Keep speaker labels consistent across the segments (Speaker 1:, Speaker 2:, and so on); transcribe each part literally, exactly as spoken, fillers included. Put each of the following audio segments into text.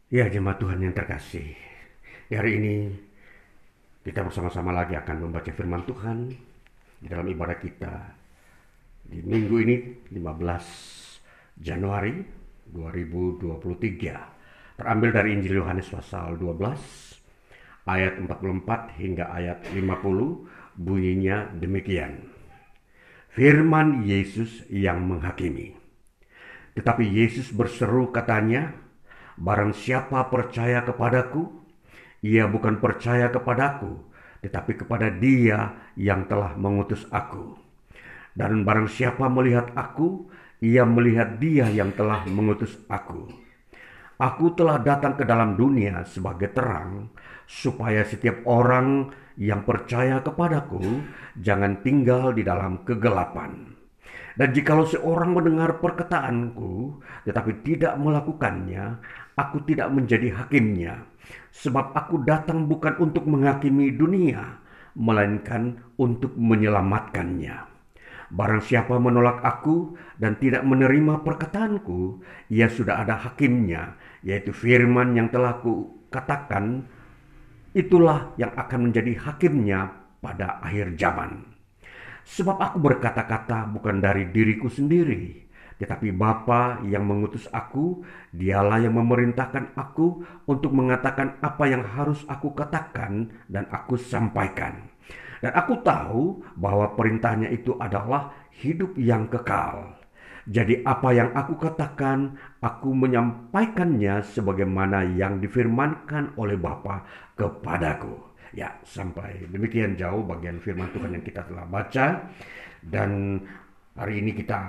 Speaker 1: Ya, jemaat Tuhan yang terkasih. Di hari ini kita bersama-sama lagi akan membaca firman Tuhan di dalam ibadah kita di minggu ini lima belas Januari dua ribu dua puluh tiga. Terambil dari Injil Yohanes pasal dua belas ayat empat puluh empat hingga ayat lima puluh, bunyinya demikian. Firman Yesus yang menghakimi. Tetapi Yesus berseru katanya, barang siapa percaya kepadaku, ia bukan percaya kepadaku, tetapi kepada Dia yang telah mengutus aku. Dan barang siapa melihat aku, ia melihat Dia yang telah mengutus aku. Aku telah datang ke dalam dunia sebagai terang, supaya setiap orang yang percaya kepadaku jangan tinggal di dalam kegelapan. Dan jikalau seorang mendengar perkataanku, tetapi tidak melakukannya, aku tidak menjadi hakimnya. Sebab aku datang bukan untuk menghakimi dunia, melainkan untuk menyelamatkannya. Barang siapa menolak aku dan tidak menerima perkataanku, ia sudah ada hakimnya, yaitu firman yang telah kukatakan, itulah yang akan menjadi hakimnya pada akhir zaman. Sebab aku berkata-kata bukan dari diriku sendiri, tetapi Bapa yang mengutus aku, dialah yang memerintahkan aku untuk mengatakan apa yang harus aku katakan dan aku sampaikan. Dan aku tahu bahwa perintahnya itu adalah hidup yang kekal. Jadi apa yang aku katakan, aku menyampaikannya sebagaimana yang difirmankan oleh Bapa kepadaku. Ya, sampai demikian jauh bagian firman Tuhan yang kita telah baca. Dan hari ini kita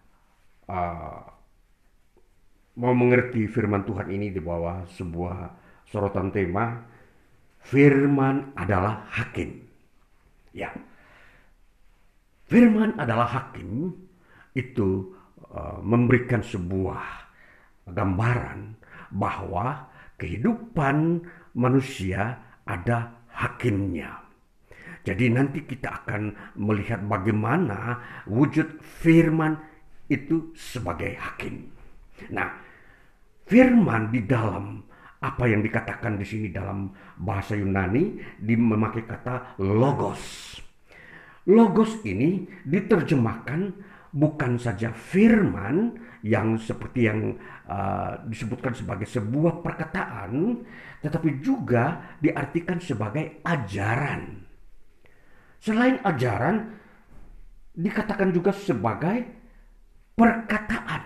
Speaker 1: uh, mau mengerti firman Tuhan ini di bawah sebuah sorotan tema, firman adalah hakim. Ya, firman adalah hakim itu uh, memberikan sebuah gambaran bahwa kehidupan manusia ada hakimnya. Jadi nanti kita akan melihat bagaimana wujud firman itu sebagai hakim. Nah, firman di dalam apa yang dikatakan di sini dalam bahasa Yunani memakai kata logos. Logos ini diterjemahkan bukan saja firman yang seperti yang uh, disebutkan sebagai sebuah perkataan, tetapi juga diartikan sebagai ajaran. Selain ajaran, dikatakan juga sebagai perkataan.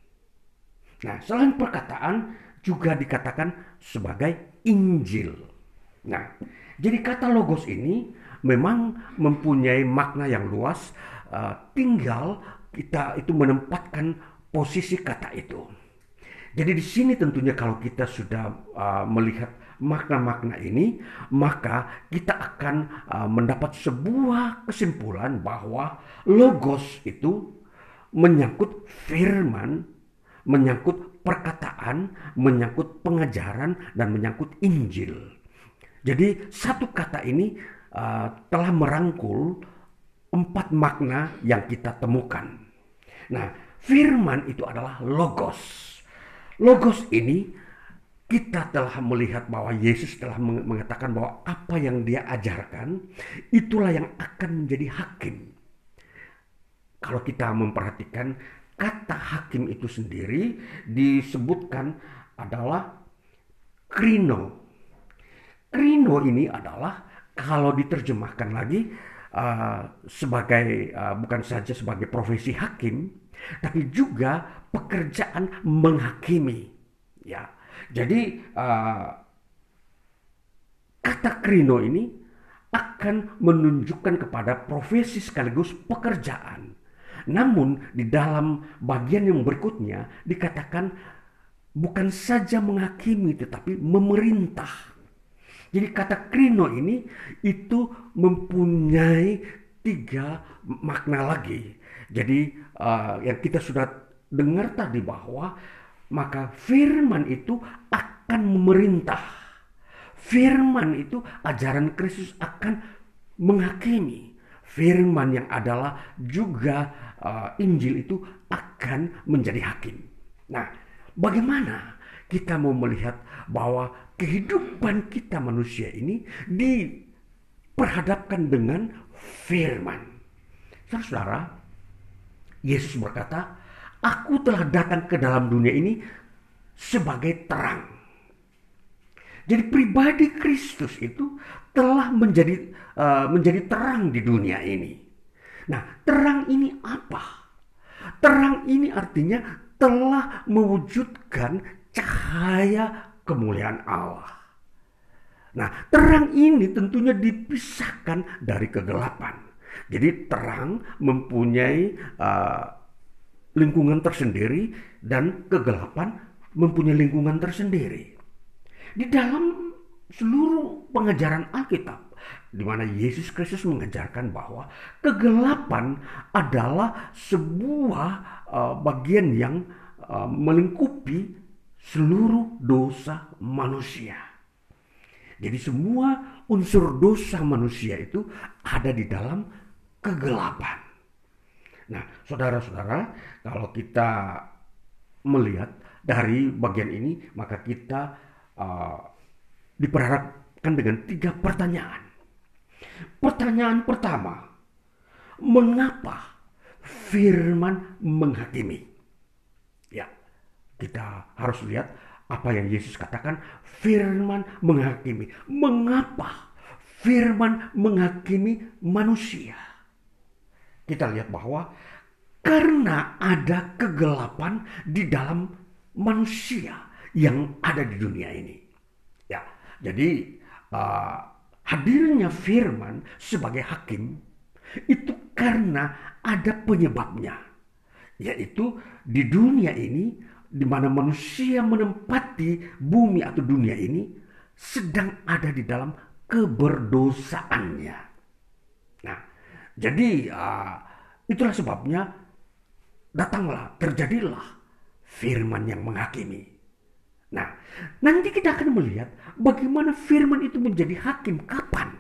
Speaker 1: Nah, selain perkataan, juga dikatakan sebagai Injil. Nah, jadi kata logos ini memang mempunyai makna yang luas, uh, tinggal kita itu menempatkan posisi kata itu. Jadi di sini tentunya kalau kita sudah uh, melihat makna-makna ini, maka kita akan uh, mendapat sebuah kesimpulan bahwa logos itu menyangkut firman, menyangkut perkataan, menyangkut pengajaran, dan menyangkut Injil. Jadi satu kata ini uh, telah merangkul empat makna yang kita temukan. Nah, firman itu adalah logos. Logos ini kita telah melihat bahwa Yesus telah mengatakan bahwa apa yang dia ajarkan itulah yang akan menjadi hakim. Kalau kita memperhatikan kata hakim itu sendiri disebutkan adalah krino. Krino ini adalah kalau diterjemahkan lagi uh, sebagai uh, bukan saja sebagai profesi hakim, tapi juga pekerjaan menghakimi. Ya, jadi uh, kata krino ini akan menunjukkan kepada profesi sekaligus pekerjaan. Namun di dalam bagian yang berikutnya dikatakan bukan saja menghakimi tetapi memerintah. Jadi kata krino ini itu mempunyai tiga makna lagi. Jadi uh, yang kita sudah dengar tadi bahwa maka firman itu akan memerintah. Firman itu ajaran Kristus akan menghakimi. Firman yang adalah juga uh, Injil itu akan menjadi hakim. Nah, bagaimana kita mau melihat bahwa kehidupan kita manusia ini diperhadapkan dengan firman. Saudara, Yesus berkata, "Aku telah datang ke dalam dunia ini sebagai terang." Jadi pribadi Kristus itu telah menjadi uh, menjadi terang di dunia ini. Nah, terang ini apa? Terang ini artinya telah mewujudkan cahaya kemuliaan Allah. Nah, terang ini tentunya dipisahkan dari kegelapan. Jadi terang mempunyai uh, lingkungan tersendiri dan kegelapan mempunyai lingkungan tersendiri. Di dalam seluruh pengajaran Alkitab, di mana Yesus Kristus mengajarkan bahwa kegelapan adalah sebuah uh, bagian yang uh, melingkupi seluruh dosa manusia. Jadi semua unsur dosa manusia itu ada di dalam kegelapan. Nah, saudara-saudara, kalau kita melihat dari bagian ini, maka kita uh, diperhadapkan dengan tiga pertanyaan. Pertanyaan pertama, mengapa firman menghakimi? Ya, kita harus lihat apa yang Yesus katakan, firman menghakimi. Mengapa firman menghakimi manusia? Kita lihat bahwa karena ada kegelapan di dalam manusia yang ada di dunia ini. Ya, jadi uh, hadirnya firman sebagai hakim itu karena ada penyebabnya, yaitu di dunia ini di mana manusia menempati bumi atau dunia ini sedang ada di dalam keberdosaannya. Nah, jadi uh, itulah sebabnya datanglah, terjadilah firman yang menghakimi. Nah, nanti kita akan melihat bagaimana firman itu menjadi hakim kapan.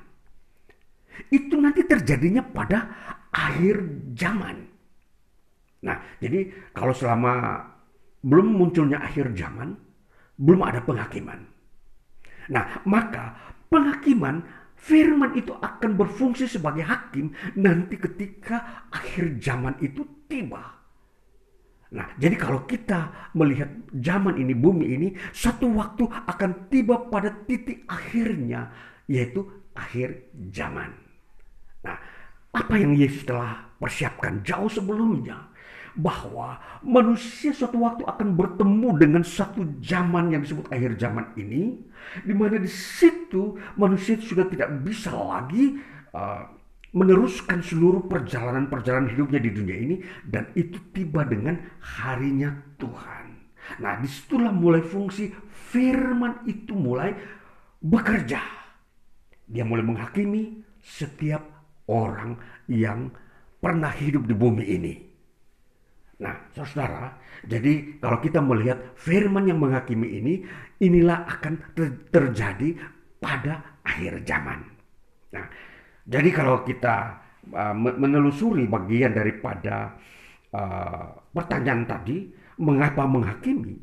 Speaker 1: Itu nanti terjadinya pada akhir zaman. Nah, jadi kalau selama belum munculnya akhir zaman, belum ada penghakiman. Nah, maka penghakiman firman itu akan berfungsi sebagai hakim nanti ketika akhir zaman itu tiba. Nah, jadi kalau kita melihat zaman ini, bumi ini, satu waktu akan tiba pada titik akhirnya, yaitu akhir zaman. Nah, apa yang Yesus telah persiapkan jauh sebelumnya, bahwa manusia suatu waktu akan bertemu dengan satu zaman yang disebut akhir zaman ini, di mana di situ manusia sudah tidak bisa lagi uh, meneruskan seluruh perjalanan-perjalanan hidupnya di dunia ini, dan itu tiba dengan harinya Tuhan. Nah, disitulah mulai fungsi firman itu mulai bekerja. Dia mulai menghakimi setiap orang yang pernah hidup di bumi ini. Nah, saudara, jadi kalau kita melihat firman yang menghakimi ini, inilah akan ter- terjadi pada akhir zaman. Nah, jadi kalau kita uh, menelusuri bagian daripada uh, pertanyaan tadi, mengapa menghakimi?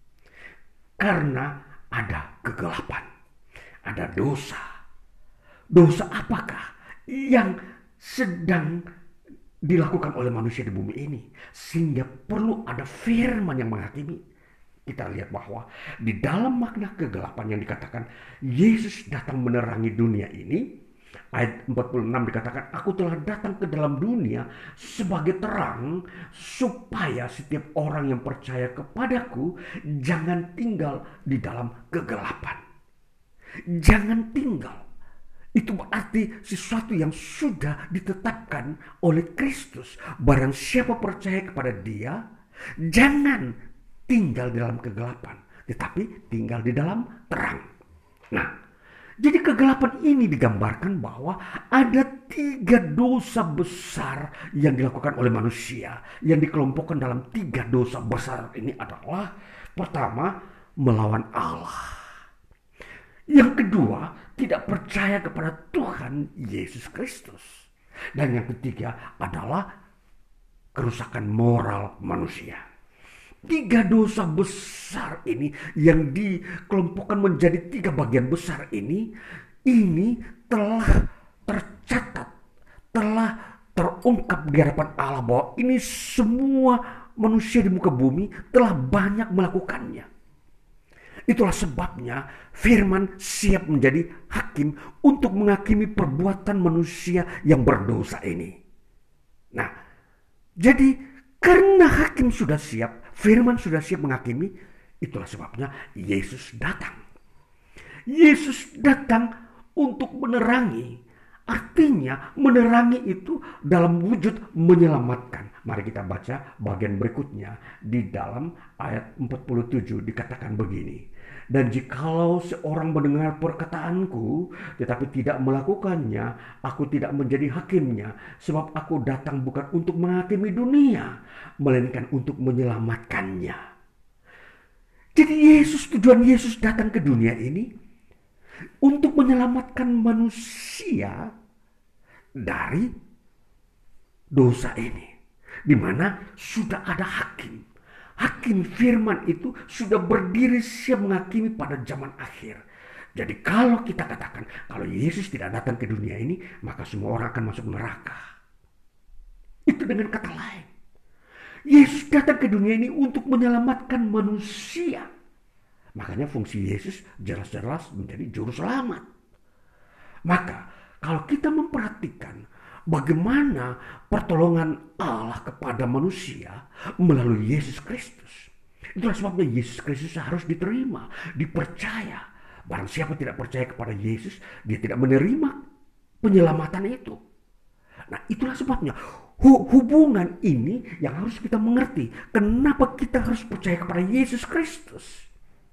Speaker 1: Karena ada kegelapan, ada dosa. Dosa apakah yang sedang dilakukan oleh manusia di bumi ini sehingga perlu ada firman yang menghakimi? Kita lihat bahwa di dalam makna kegelapan yang dikatakan Yesus datang menerangi dunia ini, ayat empat puluh enam dikatakan, "Aku telah datang ke dalam dunia sebagai terang, supaya setiap orang yang percaya kepadaku jangan tinggal di dalam kegelapan." Jangan tinggal. Itu berarti sesuatu yang sudah ditetapkan oleh Kristus. Barang siapa percaya kepada Dia, jangan tinggal di dalam kegelapan, tetapi tinggal di dalam terang. Nah, jadi kegelapan ini digambarkan bahwa ada tiga dosa besar yang dilakukan oleh manusia. Yang dikelompokkan dalam tiga dosa besar ini adalah, pertama, melawan Allah. Yang kedua, tidak percaya kepada Tuhan Yesus Kristus. Dan yang ketiga adalah kerusakan moral manusia. Tiga dosa besar ini yang dikelompokkan menjadi tiga bagian besar ini, ini telah tercatat, telah terungkap di hadapan Allah bahwa ini semua manusia di muka bumi telah banyak melakukannya. Itulah sebabnya firman siap menjadi hakim untuk menghakimi perbuatan manusia yang berdosa ini. Nah, jadi karena hakim sudah siap, firman sudah siap menghakimi, itulah sebabnya Yesus datang. Yesus datang untuk menerangi. Artinya menerangi itu dalam wujud menyelamatkan. Mari kita baca bagian berikutnya di dalam ayat empat puluh tujuh dikatakan begini. Dan jikalau seorang mendengar perkataanku tetapi tidak melakukannya, aku tidak menjadi hakimnya, sebab aku datang bukan untuk menghakimi dunia, melainkan untuk menyelamatkannya. Jadi Yesus, tujuan Yesus datang ke dunia ini untuk menyelamatkan manusia dari dosa ini, di mana sudah ada hakim. Hakim firman itu sudah berdiri siap menghakimi pada zaman akhir. Jadi kalau kita katakan kalau Yesus tidak datang ke dunia ini, maka semua orang akan masuk neraka. Itu dengan kata lain, Yesus datang ke dunia ini untuk menyelamatkan manusia. Makanya fungsi Yesus jelas-jelas menjadi juru selamat. Maka kalau kita memperhatikan bagaimana pertolongan Allah kepada manusia melalui Yesus Kristus, itulah sebabnya Yesus Kristus harus diterima, dipercaya. Barang siapa tidak percaya kepada Yesus, dia tidak menerima penyelamatan itu. Nah, itulah sebabnya hubungan ini yang harus kita mengerti. Kenapa kita harus percaya kepada Yesus Kristus?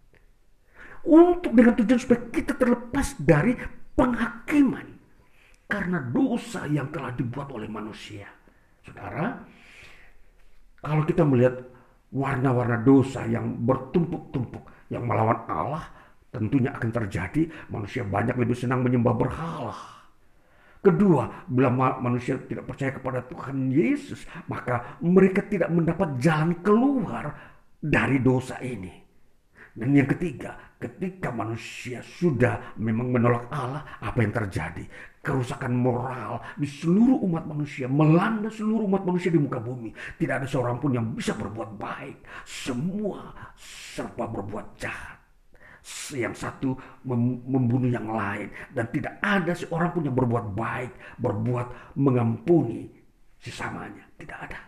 Speaker 1: Untuk dengan tujuan supaya kita terlepas dari penghakiman karena dosa yang telah dibuat oleh manusia. Saudara, kalau kita melihat warna-warna dosa yang bertumpuk-tumpuk yang melawan Allah, tentunya akan terjadi manusia banyak lebih senang menyembah berhala. Kedua, bila manusia tidak percaya kepada Tuhan Yesus, maka mereka tidak mendapat jalan keluar dari dosa ini. Dan yang ketiga, ketika manusia sudah memang menolak Allah, apa yang terjadi? Kerusakan moral di seluruh umat manusia, melanda seluruh umat manusia di muka bumi. Tidak ada seorang pun yang bisa berbuat baik. Semua serba berbuat jahat. Yang satu membunuh yang lain. Dan tidak ada seorang pun yang berbuat baik, berbuat mengampuni sesamanya. Tidak ada.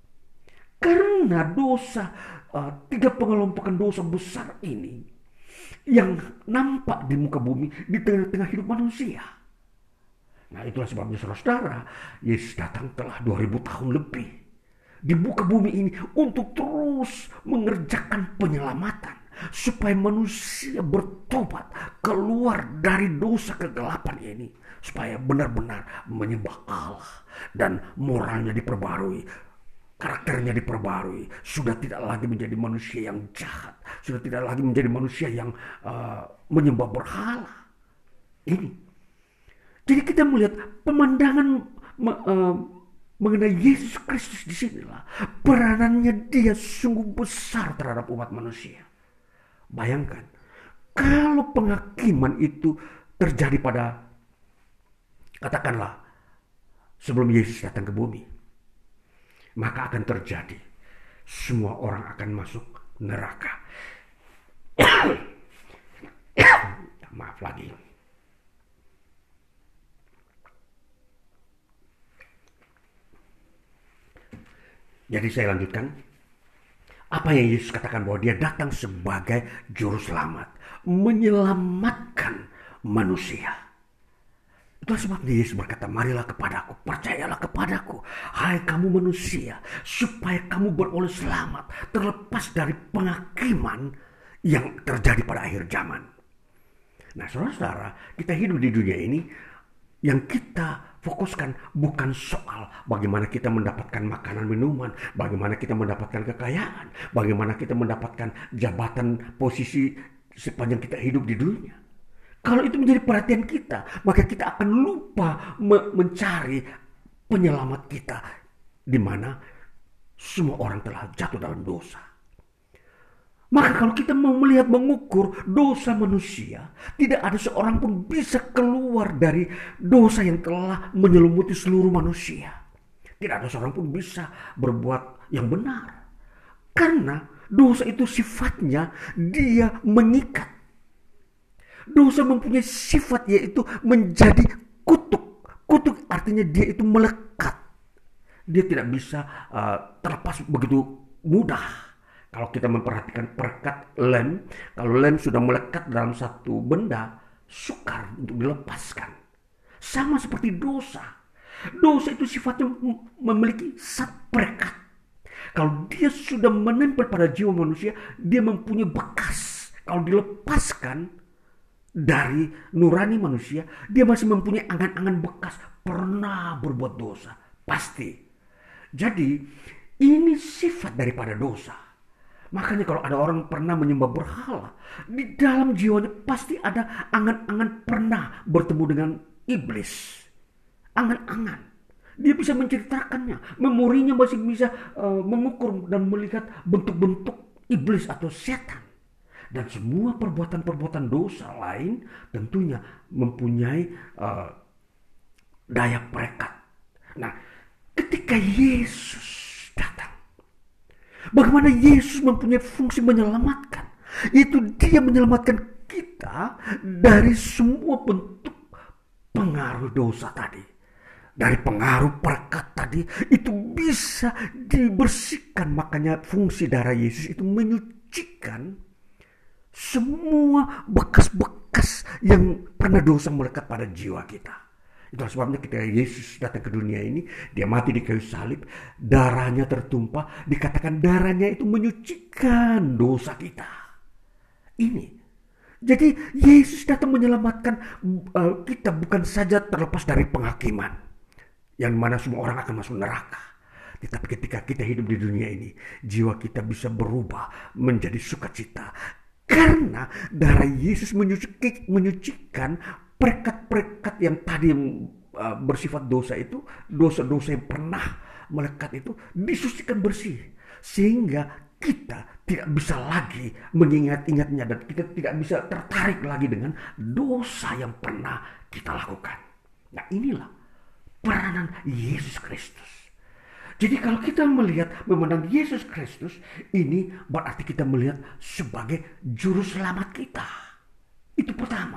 Speaker 1: Karena dosa, uh, tiga pengelompokan dosa besar ini yang nampak di muka bumi di tengah-tengah hidup manusia. Nah, itulah sebabnya saudara-saudara, Yesus datang telah dua ribu tahun lebih di muka bumi ini untuk terus mengerjakan penyelamatan supaya manusia bertobat keluar dari dosa kegelapan ini, supaya benar-benar menyembah Allah dan moralnya diperbarui. Karakternya diperbarui, sudah tidak lagi menjadi manusia yang jahat, sudah tidak lagi menjadi manusia yang uh, menyembah berhala. Ini. Jadi kita melihat pemandangan uh, mengenai Yesus Kristus di sinilah peranannya dia sungguh besar terhadap umat manusia. Bayangkan, kalau penghakiman itu terjadi pada, katakanlah, sebelum Yesus datang ke bumi, maka akan terjadi semua orang akan masuk neraka. Maaf lagi. Jadi saya lanjutkan. Apa yang Yesus katakan bahwa dia datang sebagai juru selamat, menyelamatkan manusia. Itulah sebabnya Yesus berkata, marilah kepadaku, percayalah kepadaku, hai kamu manusia, supaya kamu beroleh selamat, terlepas dari penghakiman yang terjadi pada akhir zaman. Nah, saudara-saudara, kita hidup di dunia ini, yang kita fokuskan bukan soal bagaimana kita mendapatkan makanan minuman, bagaimana kita mendapatkan kekayaan, bagaimana kita mendapatkan jabatan posisi sepanjang kita hidup di dunia. Kalau itu menjadi perhatian kita, maka kita akan lupa me- mencari penyelamat kita, di mana semua orang telah jatuh dalam dosa. Maka kalau kita mau melihat mengukur dosa manusia, tidak ada seorang pun bisa keluar dari dosa yang telah menyelimuti seluruh manusia. Tidak ada seorang pun bisa berbuat yang benar. Karena dosa itu sifatnya dia mengikat. Dosa mempunyai sifat yaitu menjadi kutuk. Kutuk artinya dia itu melekat. Dia tidak bisa uh, terlepas begitu mudah. Kalau kita memperhatikan perekat lem, kalau lem sudah melekat dalam satu benda, sukar untuk dilepaskan. Sama seperti dosa. Dosa itu sifatnya memiliki zat perekat. Kalau dia sudah menempel pada jiwa manusia, dia mempunyai bekas. Kalau dilepaskan dari nurani manusia, dia masih mempunyai angan-angan bekas. Pernah berbuat dosa. Pasti. Jadi, ini sifat daripada dosa. Makanya kalau ada orang pernah menyembah berhala, di dalam jiwanya pasti ada angan-angan pernah bertemu dengan iblis. Angan-angan. Dia bisa menceritakannya. Memorinya masih bisa uh, mengukur dan melihat bentuk-bentuk iblis atau setan. Dan semua perbuatan-perbuatan dosa lain tentunya mempunyai uh, daya perekat. Nah, ketika Yesus datang, bagaimana Yesus mempunyai fungsi menyelamatkan? Itu dia menyelamatkan kita dari semua bentuk pengaruh dosa tadi. Dari pengaruh perekat tadi itu bisa dibersihkan. Makanya fungsi darah Yesus itu menyucikan semua bekas-bekas yang pernah dosa melekat pada jiwa kita. Itulah sebabnya ketika Yesus datang ke dunia ini, dia mati di kayu salib, darahnya tertumpah, dikatakan darahnya itu menyucikan dosa kita. Ini. Jadi Yesus datang menyelamatkan uh, kita bukan saja terlepas dari penghakiman, yang mana semua orang akan masuk neraka. Tetapi ketika kita hidup di dunia ini, jiwa kita bisa berubah menjadi sukacita. Karena darah Yesus menyucikan, menyucikan perekat-perekat yang tadi uh, bersifat dosa itu, dosa-dosa yang pernah melekat itu disucikan bersih. Sehingga kita tidak bisa lagi mengingat-ingatnya dan kita tidak bisa tertarik lagi dengan dosa yang pernah kita lakukan. Nah, inilah peranan Yesus Kristus. Jadi kalau kita melihat memandang Yesus Kristus, ini berarti kita melihat sebagai juru selamat kita. Itu pertama.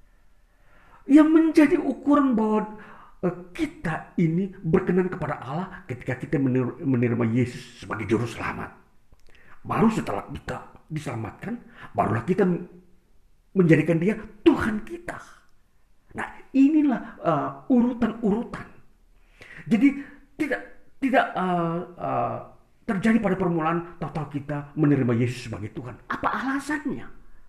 Speaker 1: Yang menjadi ukuran bahwa kita ini berkenan kepada Allah ketika kita menerima Yesus sebagai juru selamat. Baru setelah kita diselamatkan, barulah kita menjadikan dia Tuhan kita. Nah, inilah uh, urutan-urutan. Jadi tidak tidak uh, uh, terjadi pada permulaan total kita menerima Yesus sebagai Tuhan. Apa alasannya?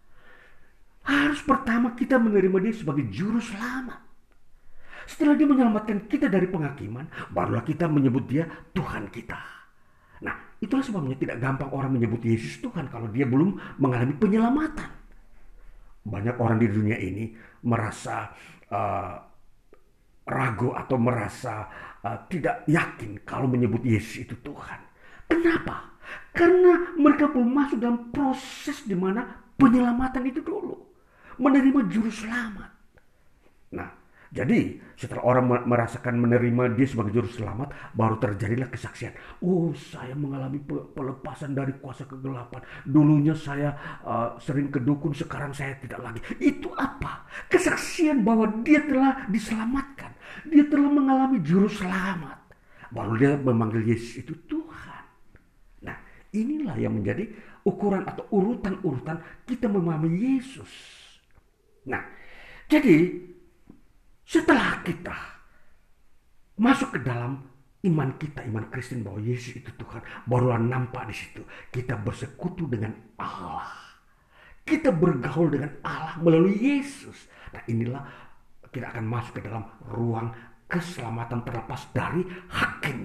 Speaker 1: Harus pertama kita menerima dia sebagai juru selamat. Setelah dia menyelamatkan kita dari penghakiman, barulah kita menyebut dia Tuhan kita. Nah, itulah sebabnya tidak gampang orang menyebut Yesus Tuhan kalau dia belum mengalami penyelamatan. Banyak orang di dunia ini merasa uh, ragu atau merasa uh, tidak yakin kalau menyebut Yesus itu Tuhan. Kenapa? Karena mereka belum masuk dalam proses di mana penyelamatan itu dulu. Menerima juru selamat. Nah, jadi setelah orang merasakan menerima dia sebagai juru selamat, baru terjadilah kesaksian. Oh, saya mengalami pelepasan dari kuasa kegelapan. Dulunya saya uh, sering ke dukun, sekarang saya tidak lagi. Itu apa? Kesaksian bahwa dia telah diselamatkan. Dia telah mengalami juru selamat. Baru dia memanggil Yesus itu Tuhan. Nah, inilah yang menjadi ukuran atau urutan-urutan kita memahami Yesus. Nah, jadi setelah kita masuk ke dalam iman kita, iman Kristen bahwa Yesus itu Tuhan, barulah nampak di situ kita bersekutu dengan Allah. Kita bergaul dengan Allah melalui Yesus. Nah, inilah kita akan masuk ke dalam ruang keselamatan terlepas dari hakim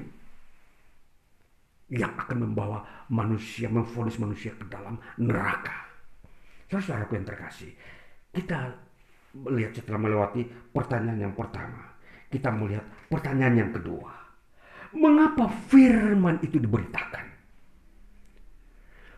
Speaker 1: yang akan membawa manusia, memvonis manusia ke dalam neraka. Saudara-saudaraku yang terkasih, kita melihat setelah melewati pertanyaan yang pertama, kita melihat pertanyaan yang kedua. Mengapa firman itu diberitakan?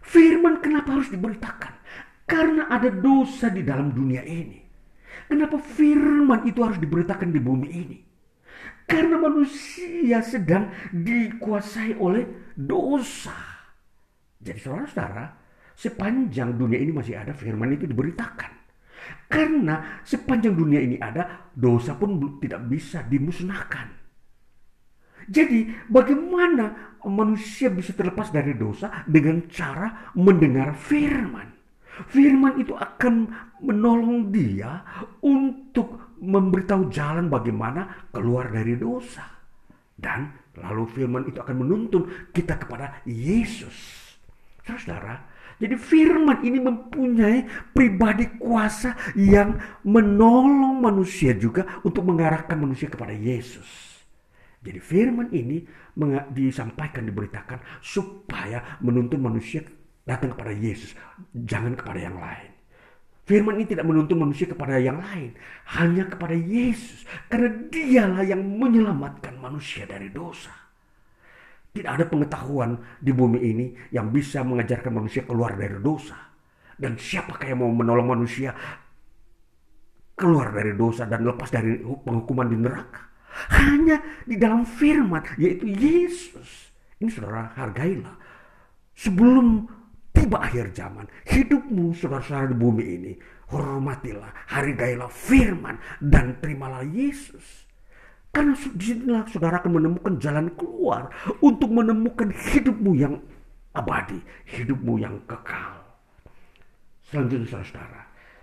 Speaker 1: Firman kenapa harus diberitakan? Karena ada dosa di dalam dunia ini. Kenapa firman itu harus diberitakan di bumi ini? Karena manusia sedang dikuasai oleh dosa. Jadi saudara-saudara, sepanjang dunia ini masih ada, firman itu diberitakan. Karena sepanjang dunia ini ada, dosa pun tidak bisa dimusnahkan. Jadi bagaimana manusia bisa terlepas dari dosa? Dengan cara mendengar firman. Firman itu akan menolong dia untuk memberitahu jalan bagaimana keluar dari dosa. Dan lalu firman itu akan menuntun kita kepada Yesus. Saudara, jadi firman ini mempunyai pribadi kuasa yang menolong manusia juga untuk mengarahkan manusia kepada Yesus. Jadi firman ini disampaikan, diberitakan supaya menuntun manusia datang kepada Yesus, jangan kepada yang lain. Firman ini tidak menuntun manusia kepada yang lain, hanya kepada Yesus, karena dialah yang menyelamatkan manusia dari dosa. Tidak ada pengetahuan di bumi ini yang bisa mengajarkan manusia keluar dari dosa. Dan siapakah yang mau menolong manusia keluar dari dosa dan lepas dari penghukuman di neraka? Hanya di dalam firman, yaitu Yesus. Ini saudara, hargailah. Sebelum tiba akhir zaman, hidupmu saudara-saudara di bumi ini, hormatilah, hargailah firman, dan terimalah Yesus. Karena disinilah saudara akan menemukan jalan keluar untuk menemukan hidupmu yang abadi, hidupmu yang kekal. Selanjutnya saudara-saudara,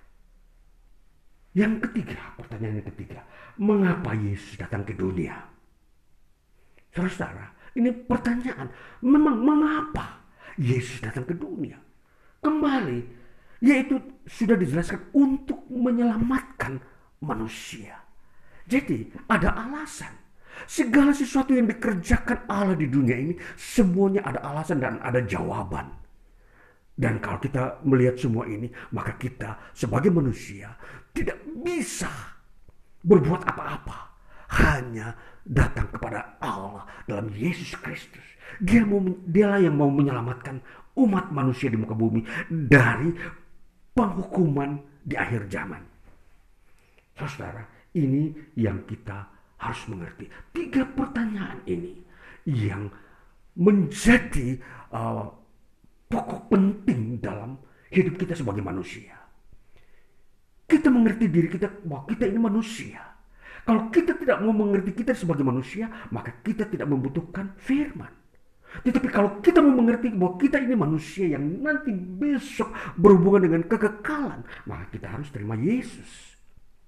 Speaker 1: yang ketiga, pertanyaan yang ketiga, mengapa Yesus datang ke dunia? Saudara-saudara, ini pertanyaan, memang mengapa Yesus datang ke dunia? Kembali, yaitu sudah dijelaskan untuk menyelamatkan manusia. Jadi ada alasan. Segala sesuatu yang dikerjakan Allah di dunia ini, semuanya ada alasan dan ada jawaban. Dan kalau kita melihat semua ini, maka kita sebagai manusia tidak bisa berbuat apa-apa. Hanya datang kepada Allah dalam Yesus Kristus. Dia mau, dialah yang mau menyelamatkan umat manusia di muka bumi dari penghukuman di akhir zaman. Saudara, ini yang kita harus mengerti. Tiga pertanyaan ini yang menjadi uh, pokok penting dalam hidup kita sebagai manusia. Kita mengerti diri kita bahwa kita ini manusia. Kalau kita tidak mau mengerti kita sebagai manusia, maka kita tidak membutuhkan firman. Tetapi kalau kita mau mengerti bahwa kita ini manusia yang nanti besok berhubungan dengan kekekalan, maka kita harus terima Yesus.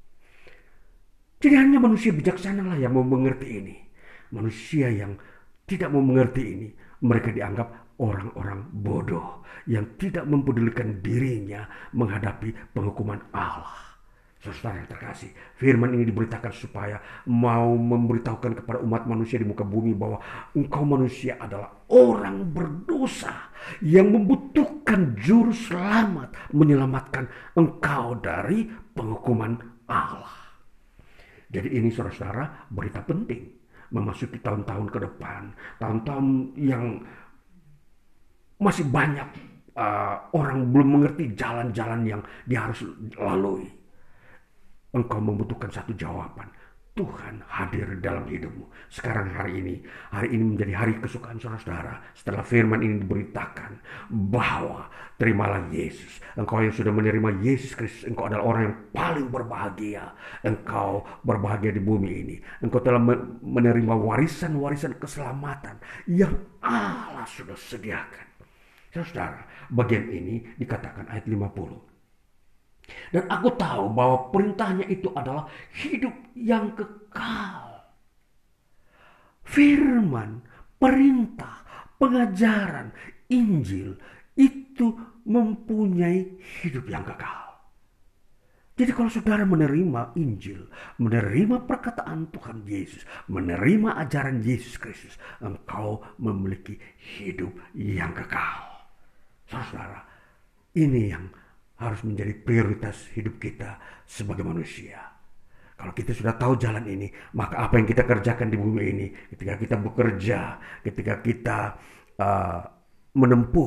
Speaker 1: Jadi hanya manusia bijaksana lah yang mau mengerti ini. Manusia yang tidak mau mengerti ini, mereka dianggap orang-orang bodoh yang tidak mempedulikan dirinya menghadapi penghukuman Allah. Saudara yang terkasih, firman ini diberitakan supaya mau memberitahukan kepada umat manusia di muka bumi bahwa engkau manusia adalah orang berdosa yang membutuhkan juru selamat menyelamatkan engkau dari penghukuman Allah. Jadi ini saudara-saudara berita penting memasuki tahun-tahun ke depan, tahun-tahun yang masih banyak uh, orang belum mengerti jalan-jalan yang dia harus lalui. Engkau membutuhkan satu jawaban. Tuhan hadir dalam hidupmu. Sekarang hari ini, hari ini menjadi hari kesukaan saudara-saudara. Setelah firman ini diberitakan bahwa terimalah Yesus. Engkau yang sudah menerima Yesus Kristus, engkau adalah orang yang paling berbahagia. Engkau berbahagia di bumi ini. Engkau telah menerima warisan-warisan keselamatan yang Allah sudah sediakan. Saudara, bagian ini dikatakan ayat lima puluh. Dan aku tahu bahwa perintahnya itu adalah hidup yang kekal. Firman, perintah, pengajaran, Injil itu mempunyai hidup yang kekal. Jadi kalau saudara menerima Injil, menerima perkataan Tuhan Yesus, menerima ajaran Yesus Kristus, engkau memiliki hidup yang kekal. Saudara, ini yang harus menjadi prioritas hidup kita sebagai manusia. Kalau kita sudah tahu jalan ini, maka apa yang kita kerjakan di bumi ini, ketika kita bekerja, ketika kita uh, menempuh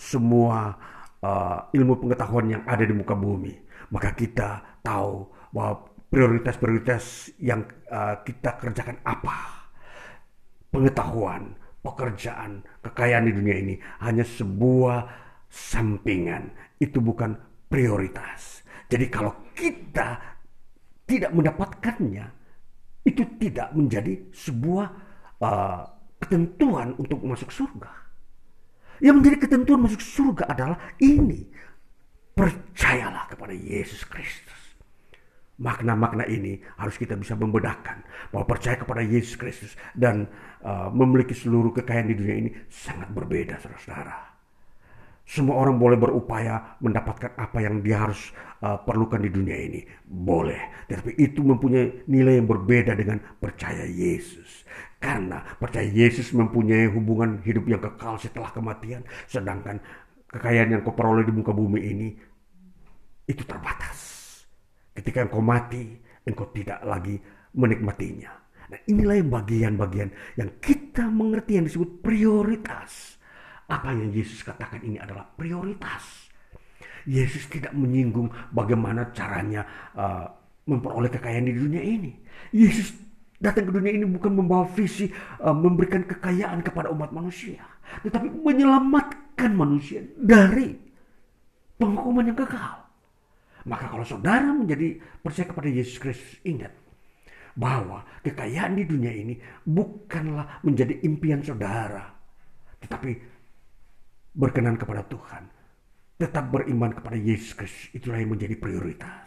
Speaker 1: semua uh, ilmu pengetahuan yang ada di muka bumi, maka kita tahu bahwa prioritas-prioritas yang uh, kita kerjakan apa. Pengetahuan, pekerjaan, kekayaan di dunia ini hanya sebuah sampingan. Itu bukan prioritas. Jadi kalau kita tidak mendapatkannya, itu tidak menjadi sebuah uh, ketentuan untuk masuk surga. Yang menjadi ketentuan masuk surga adalah ini. Percayalah kepada Yesus Kristus. Makna-makna ini harus kita bisa membedakan. Bahwa percaya kepada Yesus Kristus dan uh, memiliki seluruh kekayaan di dunia ini sangat berbeda, saudara-saudara. Semua orang boleh berupaya mendapatkan apa yang dia harus uh, perlukan di dunia ini. Boleh. Tetapi itu mempunyai nilai yang berbeda dengan percaya Yesus. Karena percaya Yesus mempunyai hubungan hidup yang kekal setelah kematian. Sedangkan kekayaan yang kau peroleh di muka bumi ini, itu terbatas. Ketika engkau mati, engkau tidak lagi menikmatinya. Nah, inilah yang bagian-bagian yang kita mengerti yang disebut prioritas. Apa yang Yesus katakan ini adalah prioritas. Yesus tidak menyinggung bagaimana caranya uh, memperoleh kekayaan di dunia ini. Yesus datang ke dunia ini bukan membawa visi uh, memberikan kekayaan kepada umat manusia, tetapi menyelamatkan manusia dari penghukuman yang kekal. Maka kalau saudara menjadi percaya kepada Yesus Kristus, ingat bahwa kekayaan di dunia ini bukanlah menjadi impian saudara, tetapi berkenan kepada Tuhan. Tetap beriman kepada Yesus Kristus, itulah yang menjadi prioritas.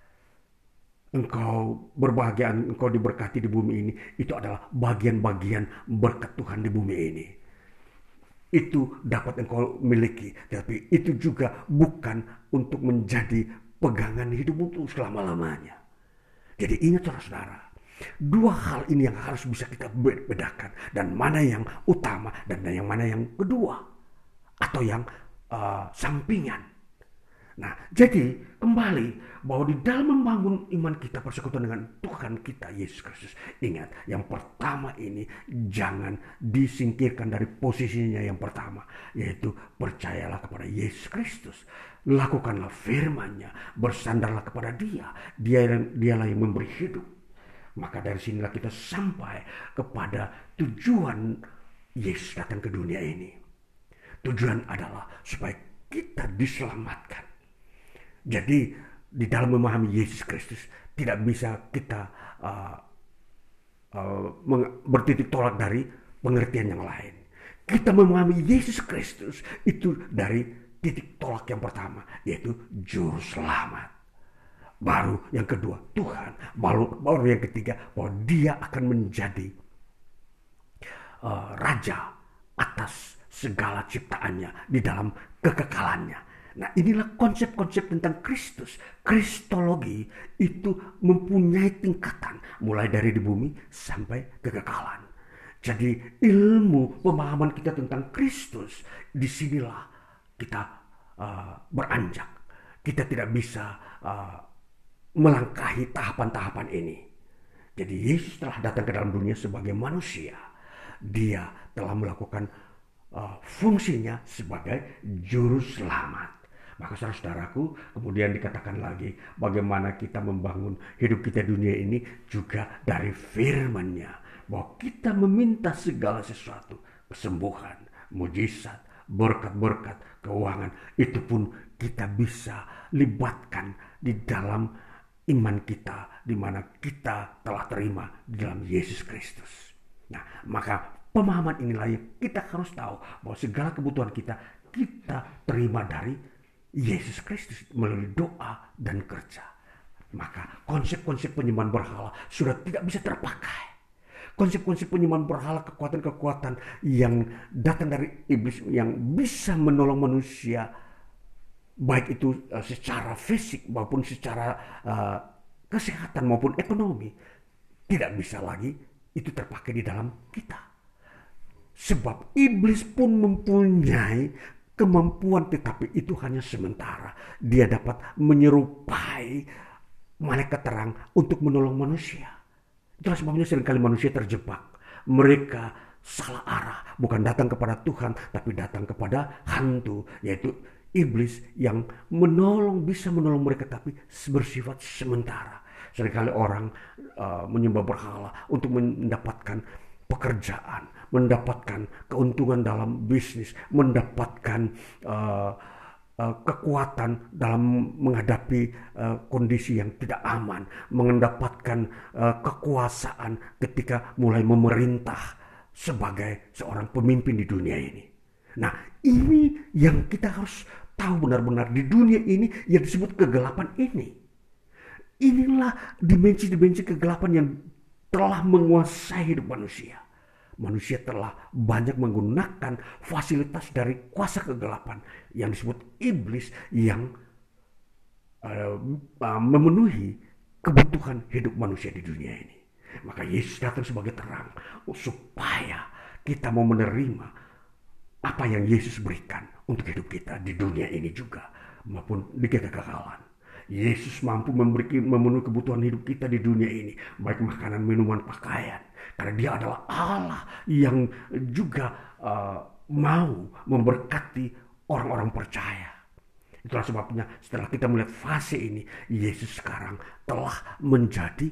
Speaker 1: Engkau berbahagia, engkau diberkati di bumi ini, itu adalah bagian-bagian berkat Tuhan di bumi ini. Itu dapat engkau miliki, tetapi itu juga bukan untuk menjadi pegangan hidup untuk selama-lamanya. Jadi ingat saudara-saudara, dua hal ini yang harus bisa kita bedakan. Dan mana yang utama dan yang mana yang kedua. Atau yang uh, sampingan. Nah, jadi kembali bahwa di dalam membangun iman kita persekutuan dengan Tuhan kita Yesus Kristus, ingat yang pertama ini jangan disingkirkan dari posisinya yang pertama, yaitu percayalah kepada Yesus Kristus, lakukanlah firman-Nya, bersandarlah kepada Dia, Dia dialah yang memberi hidup. Maka dari sinilah kita sampai kepada tujuan Yesus datang ke dunia ini. Tujuan adalah supaya kita diselamatkan. Jadi di dalam memahami Yesus Kristus tidak bisa kita uh, uh, bertitik tolak dari pengertian yang lain. Kita memahami Yesus Kristus itu dari titik tolak yang pertama, yaitu juru selamat. Baru yang kedua Tuhan. Baru, baru yang ketiga bahwa Dia akan menjadi uh, Raja atas segala ciptaannya di dalam kekekalannya. Nah, inilah konsep-konsep tentang Kristus. Kristologi itu mempunyai tingkatan mulai dari di bumi sampai kekekalan. Jadi ilmu pemahaman kita tentang Kristus, disinilah kita uh, beranjak. Kita tidak bisa uh, melangkahi tahapan-tahapan ini. Jadi Yesus telah datang ke dalam dunia sebagai manusia. Dia telah melakukan uh, fungsinya sebagai juru selamat. Maka saudara-saudaraku, kemudian dikatakan lagi bagaimana kita membangun hidup kita di dunia ini juga dari firman-Nya. Bahwa kita meminta segala sesuatu, kesembuhan, mujizat, berkat-berkat, keuangan. Itu pun kita bisa libatkan di dalam iman kita, di mana kita telah terima di dalam Yesus Kristus. Nah, maka pemahaman inilah yang kita harus tahu bahwa segala kebutuhan kita, kita terima dari Yesus Kristus melalui doa dan kerja. Maka konsep-konsep penyembahan berhala sudah tidak bisa terpakai. Konsep-konsep penyembahan berhala, kekuatan-kekuatan yang datang dari iblis yang bisa menolong manusia, baik itu uh, secara fisik maupun secara uh, kesehatan maupun ekonomi, tidak bisa lagi itu terpakai di dalam kita. Sebab iblis pun mempunyai kemampuan, tetapi itu hanya sementara. Dia dapat menyerupai malaikat terang untuk menolong manusia. Itulah sebabnya seringkali manusia terjebak. Mereka salah arah, bukan datang kepada Tuhan, tapi datang kepada hantu, yaitu iblis yang menolong, bisa menolong mereka, tapi bersifat sementara. Seringkali orang uh, menyembah berhala untuk mendapatkan pekerjaan, mendapatkan keuntungan dalam bisnis, mendapatkan uh, uh, kekuatan dalam menghadapi uh, kondisi yang tidak aman, mendapatkan uh, kekuasaan ketika mulai memerintah sebagai seorang pemimpin di dunia ini. Nah, ini yang kita harus tahu benar-benar, di dunia ini yang disebut kegelapan ini. Inilah dimensi-dimensi kegelapan yang telah menguasai hidup manusia. Manusia telah banyak menggunakan fasilitas dari kuasa kegelapan yang disebut iblis yang uh, uh, memenuhi kebutuhan hidup manusia di dunia ini. Maka Yesus datang sebagai terang supaya kita mau menerima apa yang Yesus berikan untuk hidup kita di dunia ini juga maupun di kekekalan. Yesus mampu memberi, memenuhi kebutuhan hidup kita di dunia ini, baik makanan, minuman, pakaian. Karena Dia adalah Allah yang juga uh, mau memberkati orang-orang percaya. Itulah sebabnya setelah kita melihat fase ini, Yesus sekarang telah menjadi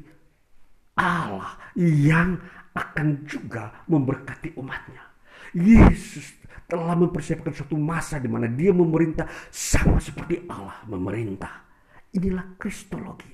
Speaker 1: Allah yang akan juga memberkati umatnya. Yesus telah mempersiapkan suatu masa di mana Dia memerintah sama seperti Allah memerintah. Inilah Kristologi.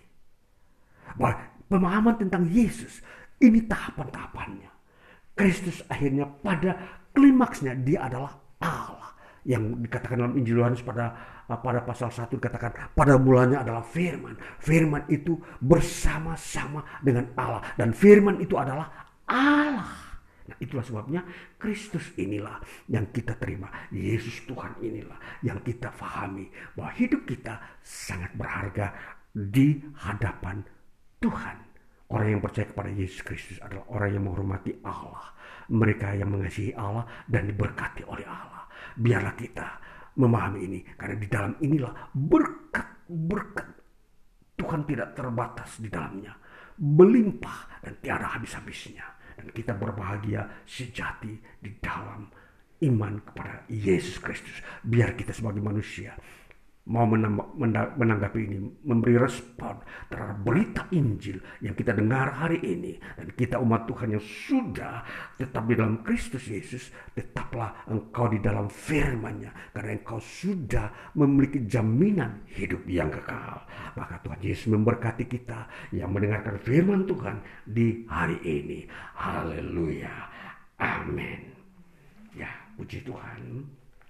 Speaker 1: Bahwa pemahaman tentang Yesus, ini tahapan-tahapannya. Kristus akhirnya pada klimaksnya Dia adalah Allah. Yang dikatakan dalam Injil Yohanes pada pada pasal satu dikatakan pada mulanya adalah firman. Firman itu bersama-sama dengan Allah. Dan firman itu adalah Allah. Nah, itulah sebabnya Kristus inilah yang kita terima. Yesus Tuhan inilah yang kita fahami bahwa hidup kita sangat berharga di hadapan Tuhan. Orang yang percaya kepada Yesus Kristus adalah orang yang menghormati Allah. Mereka yang mengasihi Allah dan diberkati oleh Allah. Biarlah kita memahami ini, karena di dalam inilah berkat-berkat Tuhan tidak terbatas di dalamnya. Melimpah dan tiada habis-habisnya. Dan kita berbahagia sejati di dalam iman kepada Yesus Kristus. Biar kita sebagai manusia mau menanggapi ini, memberi respon terhadap berita Injil yang kita dengar hari ini. Dan kita umat Tuhan yang sudah tetap di dalam Kristus Yesus, tetaplah engkau di dalam firman-Nya, karena engkau sudah memiliki jaminan hidup yang kekal. Maka Tuhan Yesus memberkati kita yang mendengarkan firman Tuhan di hari ini. Haleluya. Amin. Ya, puji Tuhan.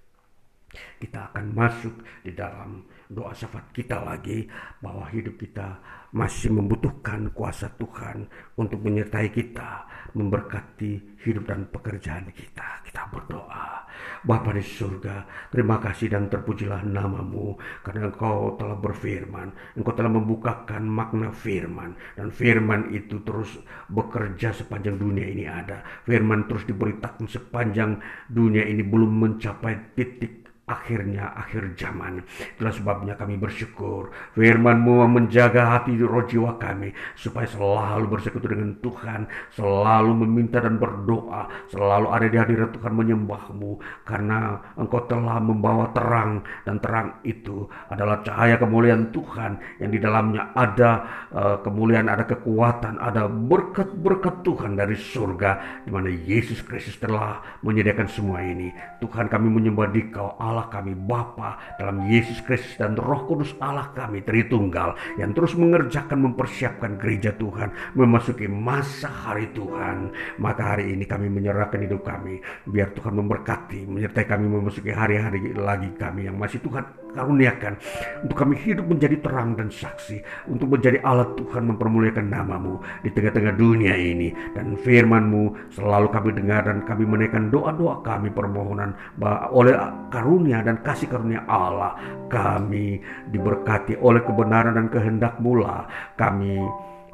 Speaker 1: Kita akan masuk di dalam doa syafaat kita lagi, bahwa hidup kita masih membutuhkan kuasa Tuhan untuk menyertai kita, memberkati hidup dan pekerjaan kita. Kita berdoa. Bapa di surga, terima kasih dan terpujilah nama-Mu, karena Engkau telah berfirman, Engkau telah membukakan makna firman, dan firman itu terus bekerja sepanjang dunia ini ada. Firman terus diberitakan sepanjang dunia ini belum mencapai titik akhirnya akhir zaman. Itulah sebabnya kami bersyukur firman-Mu menjaga hati roh jiwa kami, supaya selalu bersekutu dengan Tuhan, selalu meminta dan berdoa, selalu ada di hadirat Tuhan menyembah-Mu, karena Engkau telah membawa terang, dan terang itu adalah cahaya kemuliaan Tuhan, yang di dalamnya ada uh, kemuliaan, ada kekuatan, ada berkat-berkat Tuhan dari surga, di mana Yesus Kristus telah menyediakan semua ini. Tuhan, kami menyembah Dikau Allah kami Bapa dalam Yesus Kristus, dan Roh Kudus Allah kami Tritunggal, yang terus mengerjakan, mempersiapkan gereja Tuhan memasuki masa hari Tuhan. Maka hari ini kami menyerahkan hidup kami, biar Tuhan memberkati, menyertai kami memasuki hari-hari lagi kami yang masih Tuhan karuniakan, untuk kami hidup menjadi terang dan saksi, untuk menjadi alat Tuhan mempermuliakan nama-Mu di tengah-tengah dunia ini. Dan firman-Mu selalu kami dengar, dan kami menaikkan doa-doa kami, permohonan oleh karunia dan kasih karunia Allah, kami diberkati oleh kebenaran dan kehendak-Mu lah. Kami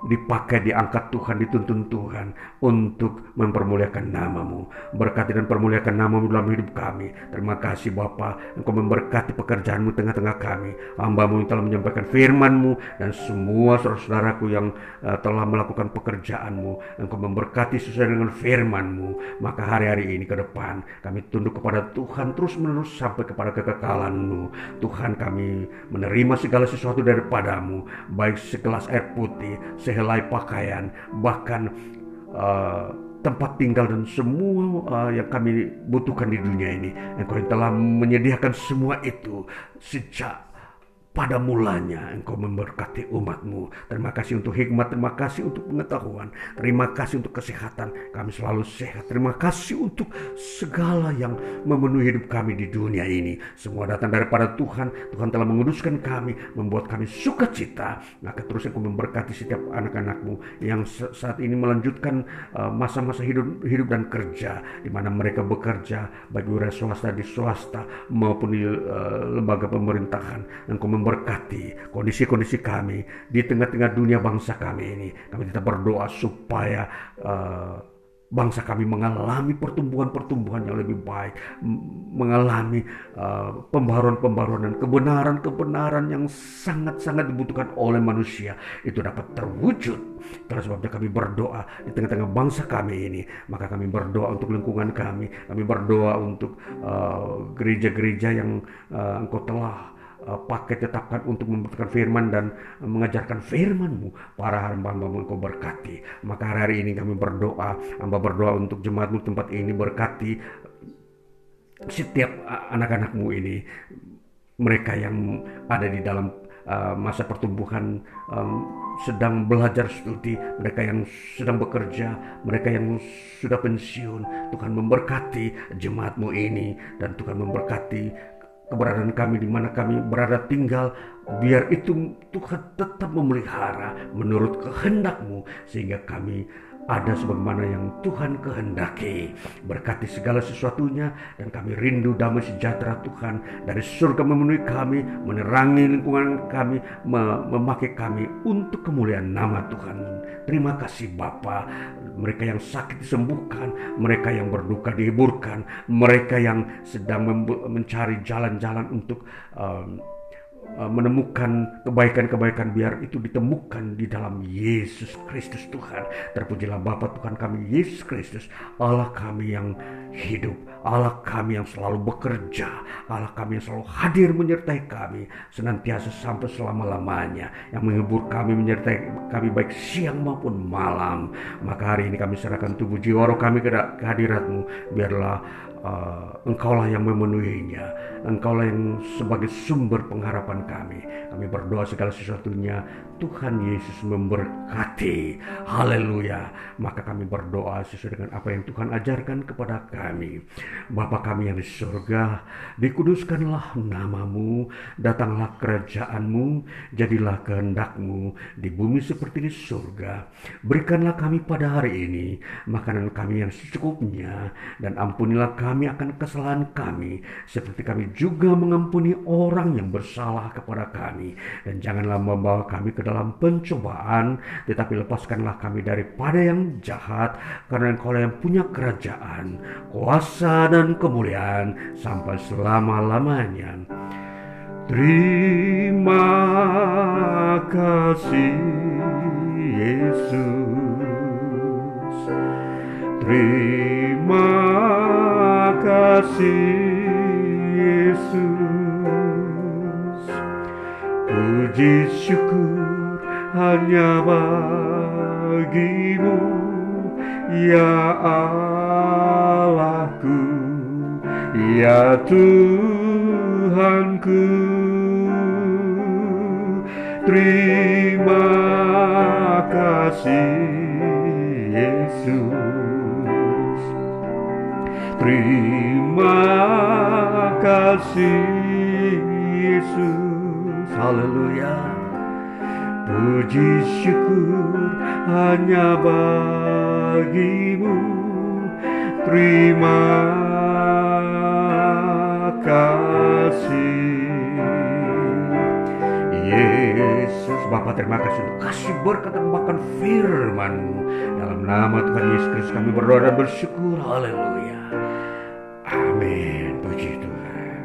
Speaker 1: dipakai, diangkat Tuhan, dituntun Tuhan untuk mempermuliakan nama-Mu. Berkati dan permuliakan nama-Mu dalam hidup kami. Terima kasih Bapa, Engkau memberkati pekerjaan-Mu tengah-tengah kami. Hamba-Mu yang telah menyampaikan firman-Mu dan semua saudara-saudaraku yang uh, telah melakukan pekerjaan-Mu. Engkau memberkati sesuai dengan firman-Mu. Maka hari-hari ini ke depan kami tunduk kepada Tuhan terus menerus sampai kepada kekekalan-Mu. Tuhan, kami menerima segala sesuatu daripada-Mu, baik segelas air putih, sehelai pakaian, bahkan uh, tempat tinggal dan semua uh, yang kami butuhkan di dunia ini. Engkau yang telah menyediakan semua itu sejak pada mulanya. Engkau memberkati umat-Mu. Terima kasih untuk hikmat, terima kasih untuk pengetahuan, terima kasih untuk kesehatan, kami selalu sehat. Terima kasih untuk segala yang memenuhi hidup kami di dunia ini. Semua datang daripada Tuhan. Tuhan telah menguduskan kami, membuat kami sukacita. Maka terus Engkau memberkati setiap anak-anak-Mu yang saat ini melanjutkan uh, masa-masa hidup, hidup dan kerja, di mana mereka bekerja baik wira swasta, di swasta maupun di uh, lembaga pemerintahan. Engkau memberkati kondisi-kondisi kami di tengah-tengah dunia bangsa kami ini. Kami tetap berdoa supaya uh, bangsa kami mengalami pertumbuhan-pertumbuhan yang lebih baik, mengalami uh, pembaruan-pembaruan dan kebenaran-kebenaran yang sangat-sangat dibutuhkan oleh manusia itu dapat terwujud. Itulah sebabnya kami berdoa di tengah-tengah bangsa kami ini. Maka kami berdoa untuk lingkungan kami, kami berdoa untuk uh, gereja-gereja yang uh, Engkau telah Uh, pakai tetapkan untuk memberitakan firman dan uh, mengajarkan firman-Mu. Para hamba-hamba-Mu Engkau berkati. Maka hari ini kami berdoa, hamba berdoa untuk jemaat-Mu tempat ini, berkati setiap uh, anak-anak-Mu ini, mereka yang ada di dalam uh, masa pertumbuhan, um, sedang belajar studi, mereka yang sedang bekerja, mereka yang sudah pensiun. Tuhan memberkati jemaat-Mu ini, dan Tuhan memberkati keberadaan kami di mana kami berada tinggal. Biar itu Tuhan tetap memelihara menurut kehendak-Mu, sehingga kami ada sebagaimana yang Tuhan kehendaki. Berkati segala sesuatunya, dan kami rindu damai sejahtera Tuhan dari surga memenuhi kami, menerangi lingkungan kami, memakai kami untuk kemuliaan nama Tuhan. Terima kasih Bapa. Mereka yang sakit disembuhkan, mereka yang berduka dihiburkan, mereka yang sedang mencari jalan-jalan untuk um, menemukan kebaikan-kebaikan, biar itu ditemukan di dalam Yesus Kristus Tuhan. Terpujilah Bapa Tuhan kami Yesus Kristus, Allah kami yang hidup, Allah kami yang selalu bekerja, Allah kami yang selalu hadir menyertai kami senantiasa sampai selama-lamanya, yang menghibur kami, menyertai kami baik siang maupun malam. Maka hari ini kami serahkan tubuh jiwa roh kami ke hadirat-Mu. Biarlah Uh, Engkaulah yang memenuhinya, Engkaulah yang sebagai sumber pengharapan kami. Kami berdoa segala sesuatunya Tuhan Yesus memberkati. Haleluya. Maka kami berdoa sesuai dengan apa yang Tuhan ajarkan kepada kami. Bapa kami yang di surga, dikuduskanlah nama-Mu, datanglah kerajaan-Mu, jadilah kehendak-Mu di bumi seperti di surga. Berikanlah kami pada hari ini makanan kami yang secukupnya, dan ampunilah kami Kami akan kesalahan kami, seperti kami juga mengampuni orang yang bersalah kepada kami. Dan janganlah membawa kami ke dalam pencobaan, tetapi lepaskanlah kami daripada yang jahat, karena Engkau yang punya kerajaan, kuasa dan kemuliaan sampai selama-lamanya. Terima kasih Yesus. Terima kasih Yesus. Puji syukur hanya bagi-Mu, ya Allahku, ya Tuhanku. Terima kasih Yesus. Terima kasih Yesus. Haleluya. Puji syukur hanya bagi-Mu. Terima kasih Yesus, Bapa terima kasih untuk kasih berkat dan bahkan firman. Dalam nama Tuhan Yesus Kristus kami berdoa dan bersyukur. Haleluya. Amin. Puji Tuhan.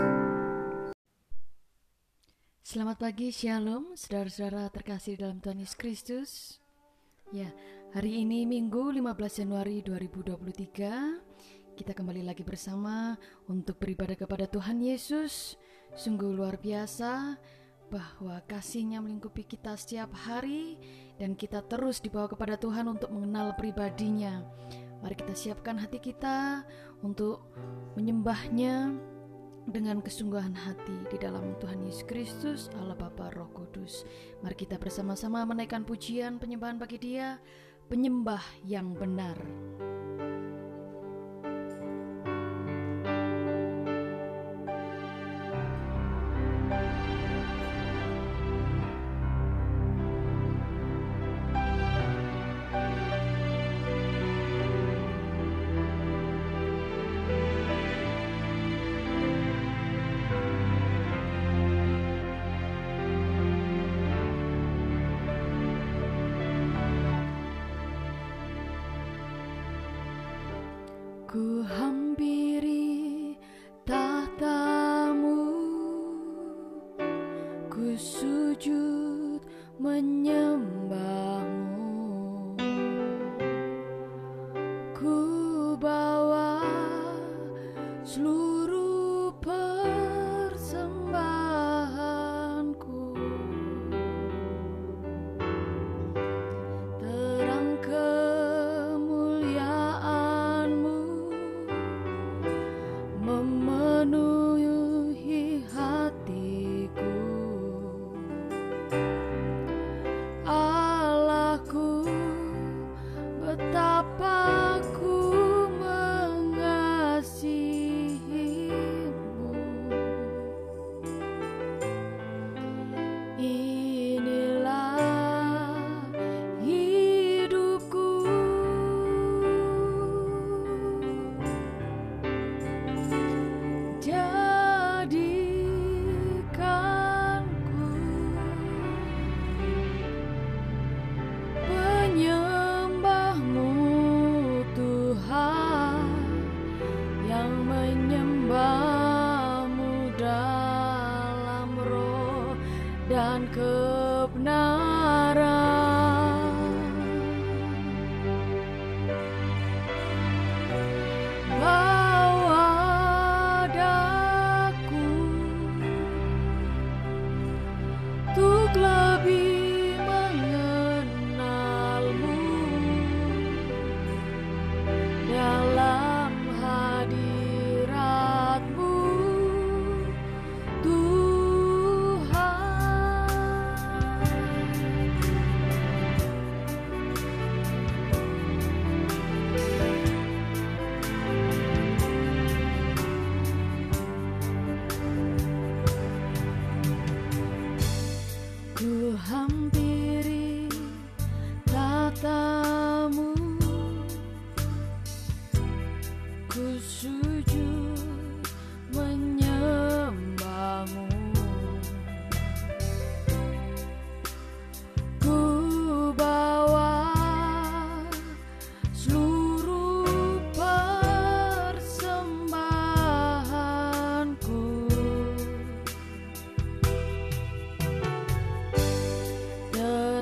Speaker 2: Selamat pagi, Shalom, saudara-saudara terkasih dalam Tuhan Yesus Kristus. Ya, hari ini Minggu lima belas Januari dua ribu dua puluh tiga, kita kembali lagi bersama untuk beribadah kepada Tuhan Yesus. Sungguh luar biasa bahwa kasih-Nya melingkupi kita setiap hari dan kita terus dibawa kepada Tuhan untuk mengenal pribadi-Nya. Mari kita siapkan hati kita untuk menyembah-Nya dengan kesungguhan hati di dalam Tuhan Yesus Kristus, Allah Bapa Roh Kudus. Mari kita bersama-sama menaikkan pujian penyembahan bagi Dia, penyembah yang benar. Ku hampiri tahta-Mu, ku sujud menyembah-Mu, ku bawa seluruh persembahanku, terang kemuliaan-Mu memenuhi hatiku. Allahku, betapa ku mengasihi-Mu. Inilah hidupku, jadikanku penyembah-Mu, Tuhan, yang menyembah-Mu dalam roh dan kebenaran. Bawa daku untuk lebih mengenal-Mu dalam hadirat-Mu, Tuhan. Ku hampiri tahta-Mu, ku sujud menyembah-Mu, ku bawa seluruh persembahanku,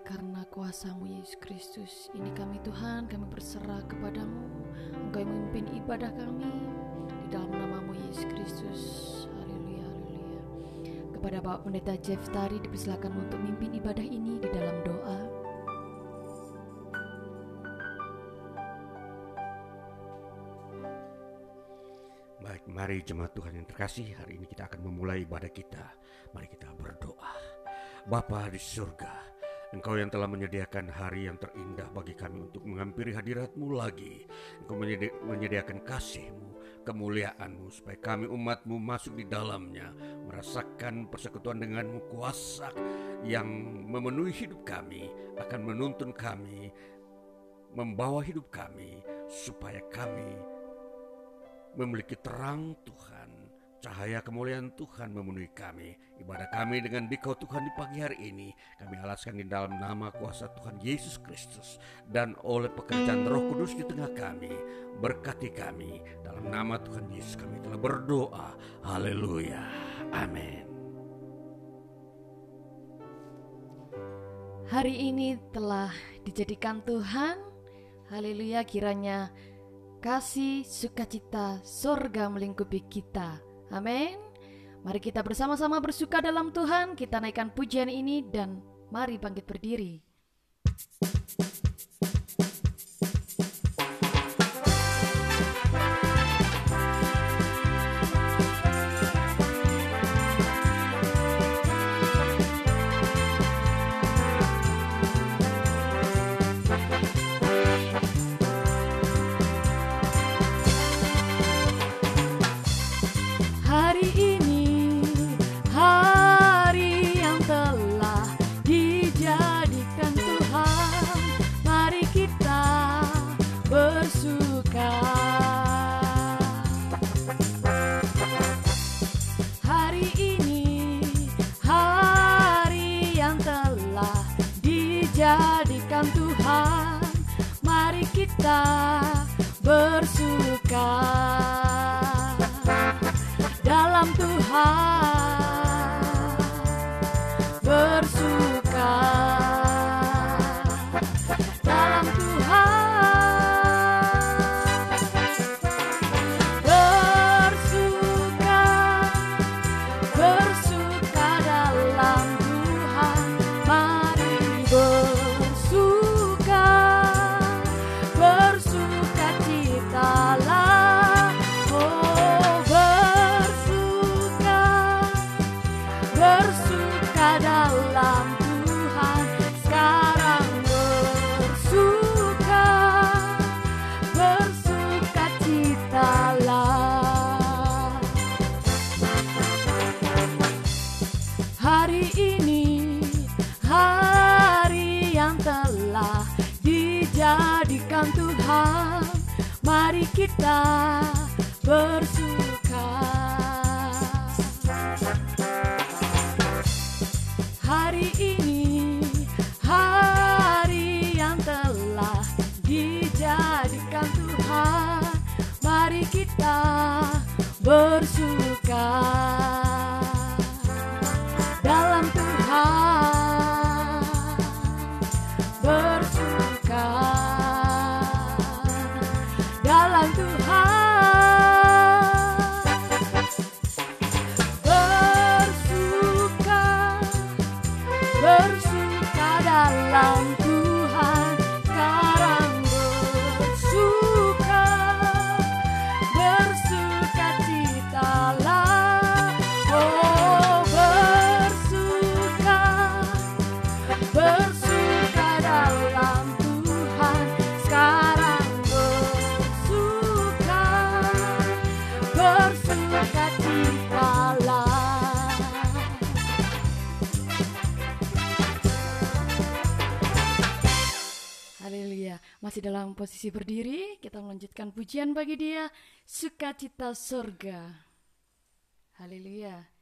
Speaker 2: karena kuasa-Mu Yesus Kristus. Ini kami Tuhan, kami berserah kepadamu. Engkau yang memimpin ibadah kami di dalam nama-Mu Yesus Kristus. Haleluya, haleluya. Kepada Bapak Pendeta Jeff Tari dipersilakan untuk memimpin ibadah ini di dalam doa.
Speaker 1: Baik, mari jemaat Tuhan yang terkasih, hari ini kita akan memulai ibadah kita. Mari kita berdoa. Bapa di surga, Engkau yang telah menyediakan hari yang terindah bagi kami untuk menghampiri hadirat-Mu lagi. Engkau menyedi- menyediakan kasih-Mu, kemuliaan-Mu, supaya kami umat-Mu masuk di dalamnya, merasakan persekutuan dengan-Mu. Kuasa yang memenuhi hidup kami akan menuntun kami, membawa hidup kami, supaya kami memiliki terang Tuhan, cahaya kemuliaan Tuhan memenuhi kami. Ibadah kami dengan Dikau Tuhan di pagi hari ini kami alaskan di dalam nama kuasa Tuhan Yesus Kristus, dan oleh pekerjaan Roh Kudus di tengah kami. Berkati kami, dalam nama Tuhan Yesus kami telah berdoa. Haleluya, amin.
Speaker 2: Hari ini telah dijadikan Tuhan, haleluya, kiranya kasih, sukacita, sorga melingkupi kita. Amin. Mari kita bersama-sama bersuka dalam Tuhan. Kita naikkan pujian ini dan mari bangkit berdiri. Jadikan Tuhan, mari kita bersuka dalam Tuhan, bersuka dalam Tuhan, bersuka, bersuka dalam Tuhan, mari bersuka, bersuka citalah, oh bersuka, bersuka dalam Tuhan, sekarang bersuka, bersuka citalah. Hari ini hari yang telah dijadikan Tuhan, mari kita bersuka. Hari ini hari yang telah dijadikan Tuhan, mari kita bersuka dalam Tuhan, bersuka dalam Tuhan, bersuka, bersuka dalam Tuhan, sekarang bersuka, bersuka citalah, oh bersuka, bersuka dalam Tuhan, sekarang bersuka, bersuka citalah. Haleluya. Masih dalam posisi berdiri, kita melanjutkan pujian bagi Dia, sukacita surga. Haleluya.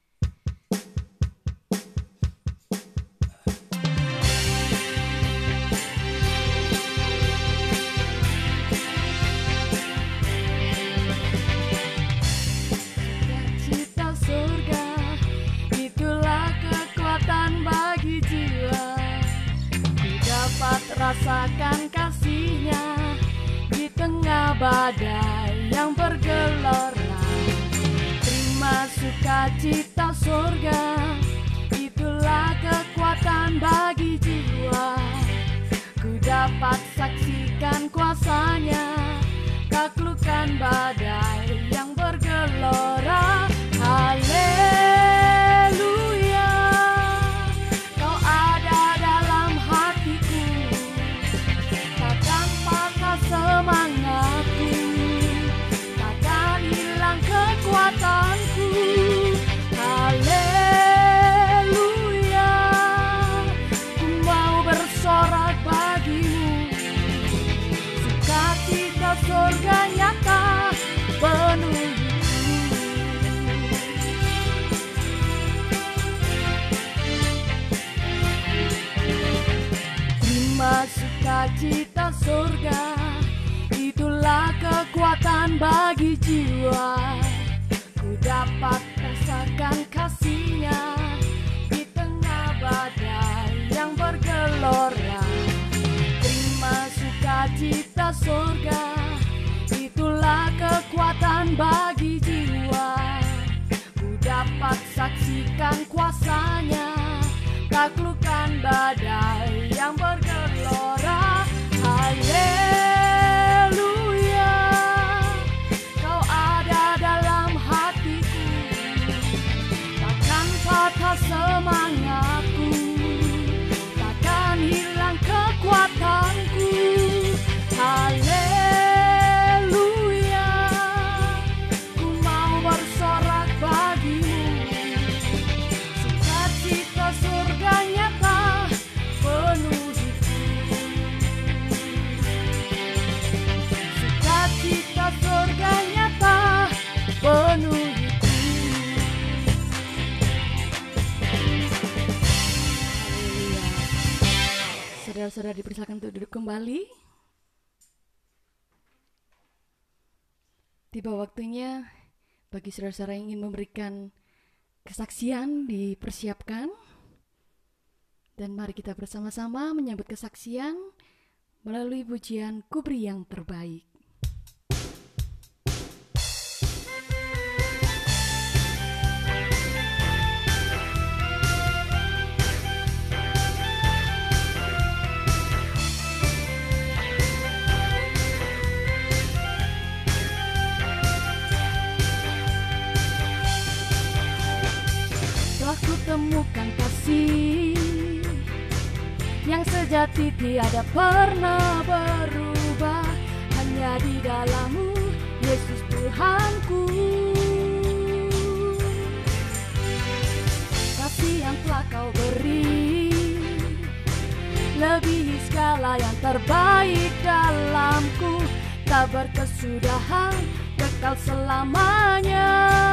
Speaker 2: Sukacita surga, itulah kekuatan bagi jiwa. Ku rasakan kasih-Nya di tengah badai yang bergelora. Terima sukacita surga, itulah kekuatan bagi jiwa. Ku dapat saksikan kuasa-Nya, taklukkan badai yang bergelora. Haleluya, Kau ada dalam hatiku, takkan patah semangatku, takkan hilang kekuatanku. Haleluya, ku mau bersorak bagimu, sukacita surga nyata penuhi. Terima sukacita surga, itulah kekuatan bagi jiwa. Ku dapat rasakan kasih-Nya di tengah badai yang bergelora. Terima sukacita surga, itulah kekuatan bagi jiwa. Ku dapat saksikan kuasa-Nya, taklukkan badai yang bergelora. Haleluya, Kau ada dalam hatiku, takkan patah semangatku, takkan hilang kekuatanku. Haleluya, ku mau bersorak bagimu, sukacita surga nyata penuhiku. Sukacita surga nyata penuhiku. Saudara-saudara dipersilakan untuk duduk kembali. Tiba waktunya bagi saudara-saudara yang ingin memberikan kesaksian dipersiapkan. Dan mari kita bersama-sama menyambut kesaksian melalui pujian Ku Beri Yang Terbaik. Ku temukan kasih yang sejati tiada pernah berubah, hanya di dalam-Mu Yesus Tuhanku. Kasih yang telah Kau beri lebihi segala yang terbaik dalamku, tak berkesudahan, kekal selamanya.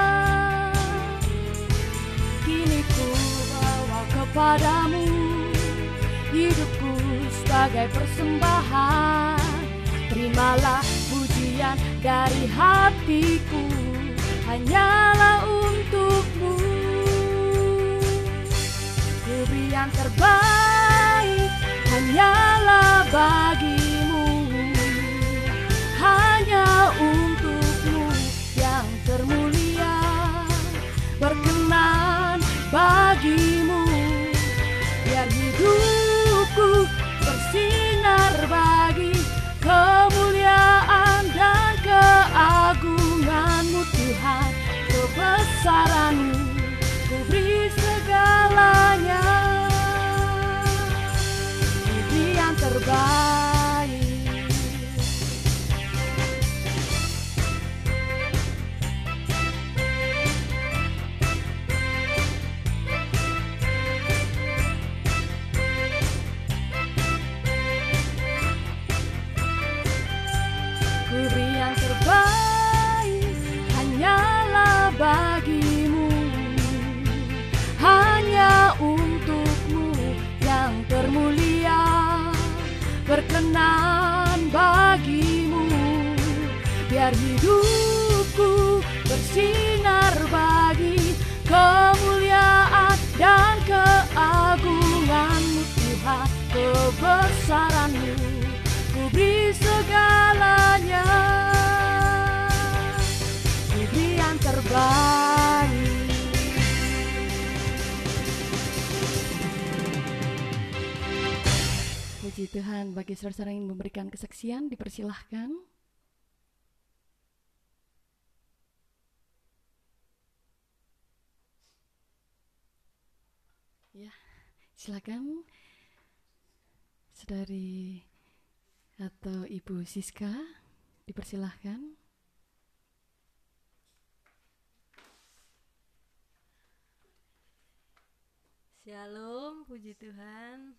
Speaker 2: Kini ku bawa kepadamu hidupku sebagai persembahan. Terimalah pujian dari hatiku, hanyalah untuk-Mu. Ku beri yang terbaik, hanyalah bagi-Mu, hanya untuk-Mu yang termulia. Berkenan bagi-Mu, biar hidupku bersinar bagi kemuliaan dan keagungan-Mu Tuhan. Kebesaran-Mu ku beri segalanya, ku beri yang terbaik. Ku beri yang terbaik, hanyalah bagi-Mu, hanya untuk-Mu yang termulia. Berkenan bagi-Mu, biar hidupku bersinar bagi kemuliaan dan keagungan-Mu Tuhan. kebesaran-Mu, ku beri segalanya, ku beri yang terbaik. Puji Tuhan. Bagi saudara-saudara yang memberikan kesaksian, dipersilahkan. Ya, silakan saudari atau Ibu Siska, dipersilahkan.
Speaker 3: Shalom, puji Tuhan.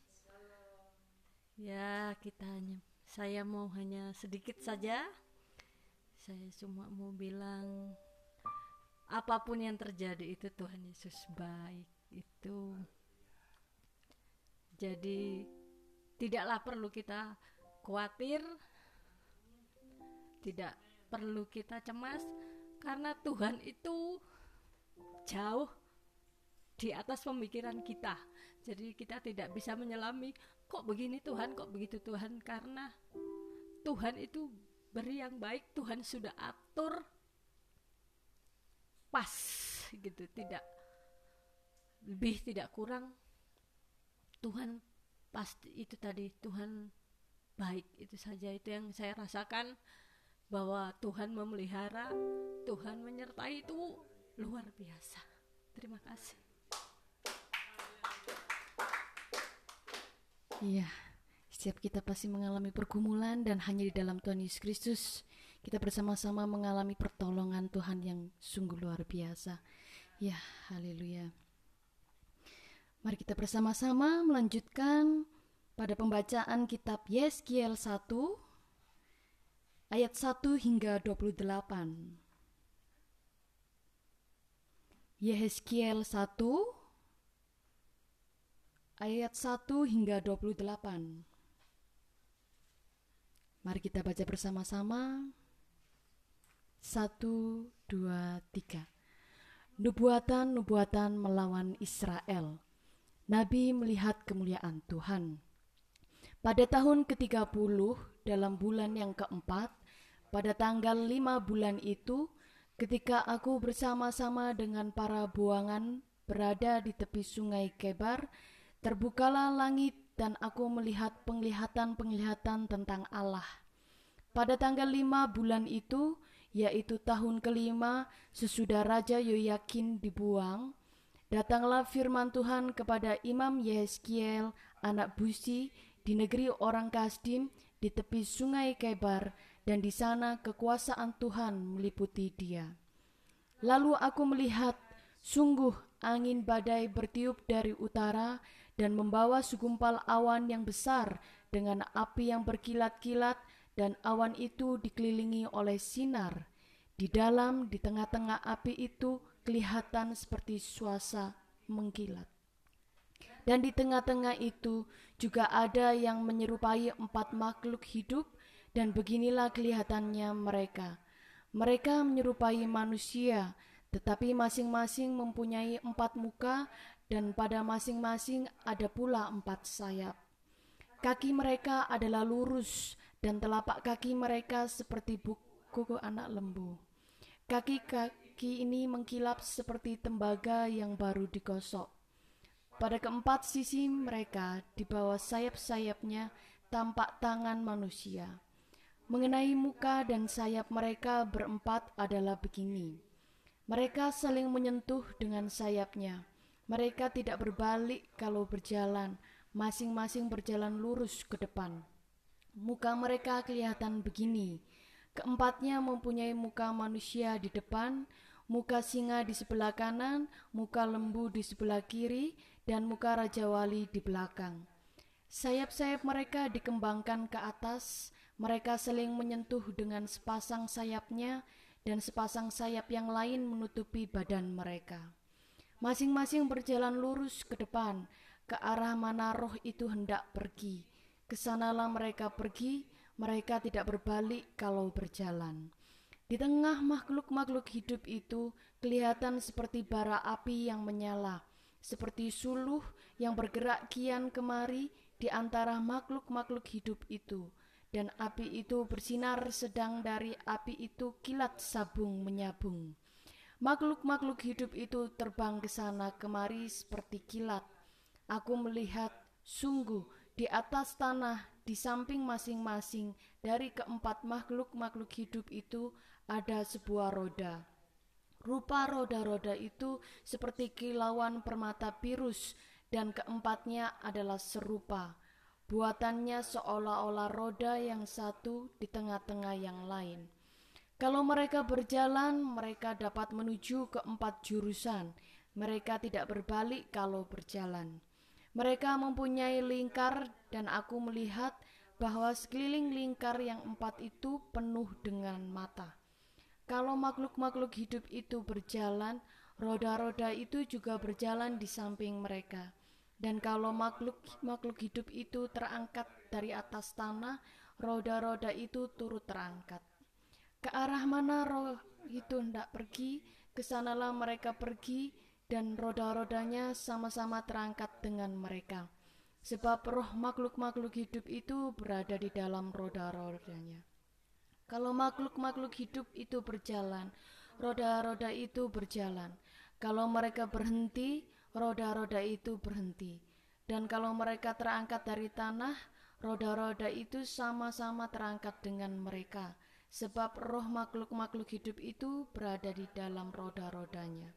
Speaker 3: Ya, kita hanya, saya mau hanya sedikit saja. Saya cuma mau bilang, apapun yang terjadi itu Tuhan Yesus baik. Itu jadi tidaklah perlu kita khawatir, tidak perlu kita cemas, karena Tuhan itu jauh di atas pemikiran kita. Jadi kita tidak bisa menyelami, kok begini Tuhan, kok begitu Tuhan, karena Tuhan itu beri yang baik. Tuhan sudah atur pas gitu, tidak lebih tidak kurang. Tuhan pasti itu tadi, Tuhan baik, itu saja. Itu yang saya rasakan, bahwa Tuhan memelihara, Tuhan menyertai, itu luar biasa. Terima kasih.
Speaker 2: Iya, setiap kita pasti mengalami pergumulan, dan hanya di dalam Tuhan Yesus Kristus kita bersama-sama mengalami pertolongan Tuhan yang sungguh luar biasa. Ya, haleluya. Mari kita bersama-sama melanjutkan pada pembacaan kitab Yeskiel satu ayat satu hingga dua puluh delapan. Yeskiel satu ayat satu hingga dua puluh delapan. Mari kita baca bersama-sama. Satu, dua, tiga. Nubuatan-nubuatan melawan Israel. Nabi melihat kemuliaan Tuhan. Pada tahun ketiga puluh, dalam bulan yang keempat, pada tanggal lima bulan itu, ketika aku bersama-sama dengan para buangan berada di tepi sungai Kebar, terbukalah langit dan aku melihat penglihatan-penglihatan tentang Allah. Pada tanggal lima bulan itu, yaitu tahun kelima sesudah Raja Yoyakin dibuang, datanglah firman Tuhan kepada Imam Yeskiel anak Buzi di negeri orang Kasdim di tepi sungai Kebar, dan di sana kekuasaan Tuhan meliputi dia. Lalu aku melihat, sungguh angin badai bertiup dari utara dan membawa segumpal awan yang besar dengan api yang berkilat-kilat, dan awan itu dikelilingi oleh sinar. Di dalam, di tengah-tengah api itu kelihatan seperti suasa mengkilat. Dan di tengah-tengah itu juga ada yang menyerupai empat makhluk hidup, dan beginilah kelihatannya mereka. Mereka menyerupai manusia, tetapi masing-masing mempunyai empat muka, dan pada masing-masing ada pula empat sayap. Kaki mereka adalah lurus, dan telapak kaki mereka seperti kuku anak lembu. Kaki-kaki ini mengkilap seperti tembaga yang baru digosok. Pada keempat sisi mereka, di bawah sayap-sayapnya, tampak tangan manusia. Mengenai muka dan sayap mereka berempat adalah begini. Mereka saling menyentuh dengan sayapnya. Mereka tidak berbalik kalau berjalan, masing-masing berjalan lurus ke depan. Muka mereka kelihatan begini. Keempatnya mempunyai muka manusia di depan, muka singa di sebelah kanan, muka lembu di sebelah kiri, dan muka Raja Wali di belakang. Sayap-sayap mereka dikembangkan ke atas, mereka saling menyentuh dengan sepasang sayapnya, dan sepasang sayap yang lain menutupi badan mereka. Masing-masing berjalan lurus ke depan, ke arah mana roh itu hendak pergi. Kesanalah mereka pergi, mereka tidak berbalik kalau berjalan. Di tengah makhluk-makhluk hidup itu kelihatan seperti bara api yang menyala, seperti suluh yang bergerak kian kemari, di antara makhluk-makhluk hidup itu, dan api itu bersinar, sedang dari api itu kilat sabung menyabung. Makhluk-makhluk hidup itu terbang ke sana kemari seperti kilat. Aku melihat sungguh di atas tanah, di samping masing-masing dari keempat makhluk-makhluk hidup itu ada sebuah roda. Rupa roda-roda itu seperti kilauan permata birus, dan keempatnya adalah serupa. Buatannya seolah-olah roda yang satu di tengah-tengah yang lain. Kalau mereka berjalan, mereka dapat menuju ke empat jurusan. Mereka tidak berbalik kalau berjalan. Mereka mempunyai lingkar, dan aku melihat bahwa sekeliling lingkar yang empat itu penuh dengan mata. Kalau makhluk-makhluk hidup itu berjalan, roda-roda itu juga berjalan di samping mereka. Dan kalau makhluk-makhluk hidup itu terangkat dari atas tanah, roda-roda itu turut terangkat. Ke arah mana roh itu hendak pergi, kesanalah mereka pergi, dan roda-rodanya sama-sama terangkat dengan mereka. Sebab roh makhluk-makhluk hidup itu berada di dalam roda-rodanya. Kalau makhluk-makhluk hidup itu berjalan, roda-roda itu berjalan. Kalau mereka berhenti, roda-roda itu berhenti. Dan kalau mereka terangkat dari tanah, roda-roda itu sama-sama terangkat dengan mereka. Sebab roh makhluk-makhluk hidup itu berada di dalam roda-rodanya.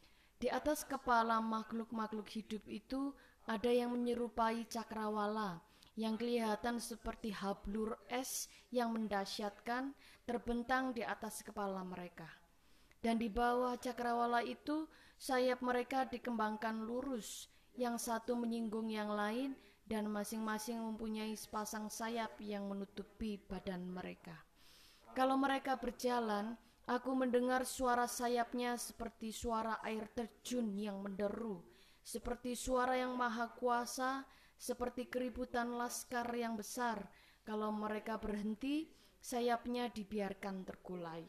Speaker 2: Di atas kepala makhluk-makhluk hidup itu ada yang menyerupai cakrawala, yang kelihatan seperti hablur es yang mendahsyatkan terbentang di atas kepala mereka. Dan di bawah cakrawala itu sayap mereka dikembangkan lurus, yang satu menyinggung yang lain, dan masing-masing mempunyai sepasang sayap yang menutupi badan mereka. Kalau mereka berjalan, aku mendengar suara sayapnya seperti suara air terjun yang menderu, seperti suara yang maha kuasa, seperti keributan laskar yang besar. Kalau mereka berhenti, sayapnya dibiarkan terkulai.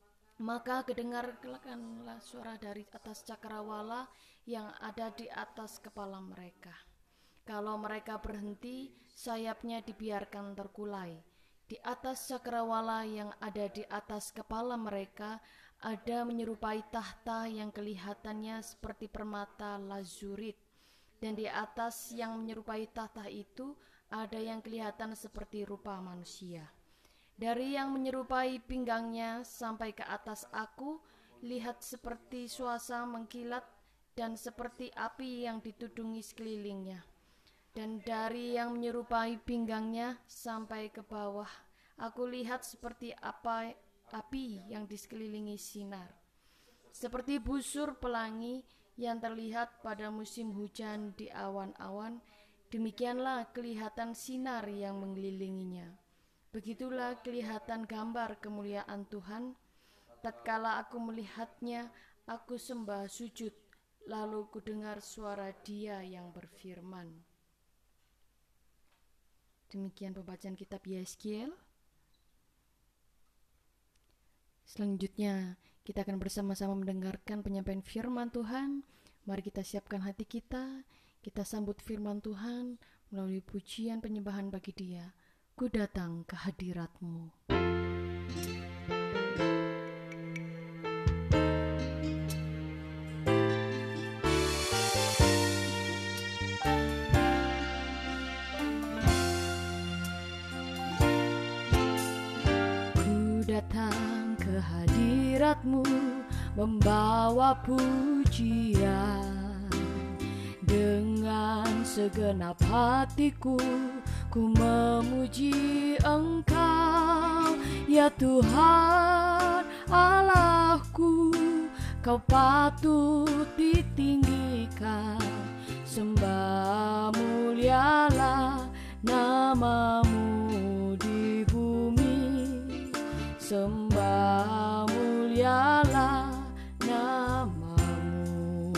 Speaker 2: Maka kedengarkanlah suara dari atas cakrawala yang ada di atas kepala mereka. Kalau mereka berhenti, sayapnya dibiarkan terkulai. Di atas cakrawala yang ada di atas kepala mereka ada menyerupai tahta yang kelihatannya seperti permata lazurit. Dan di atas yang menyerupai tahta itu ada yang kelihatan seperti rupa manusia. Dari yang menyerupai pinggangnya sampai ke atas aku lihat seperti suasa mengkilat dan seperti api yang ditudungi sekelilingnya. Dan dari yang menyerupai pinggangnya sampai ke bawah aku lihat seperti apa api yang di sekelilingi sinar. Seperti busur pelangi yang terlihat pada musim hujan di awan-awan, demikianlah kelihatan sinar yang mengelilinginya. Begitulah kelihatan gambar kemuliaan Tuhan. Tatkala aku melihatnya, aku sembah sujud, lalu kudengar suara Dia yang berfirman. Demikian pembacaan kitab Yeskiel. Selanjutnya kita akan bersama-sama mendengarkan penyampaian firman Tuhan. Mari kita siapkan hati kita. Kita sambut firman Tuhan melalui pujian penyembahan bagi Dia. Ku datang ke hadirat-Mu. Datang ke hadirat-Mu membawa pujian. Dengan segenap hatiku ku memuji Engkau, ya Tuhan Allahku. Kau patut ditinggikan, sembah mulialah nama-Mu di bumi. Sembah mulialah nama-Mu.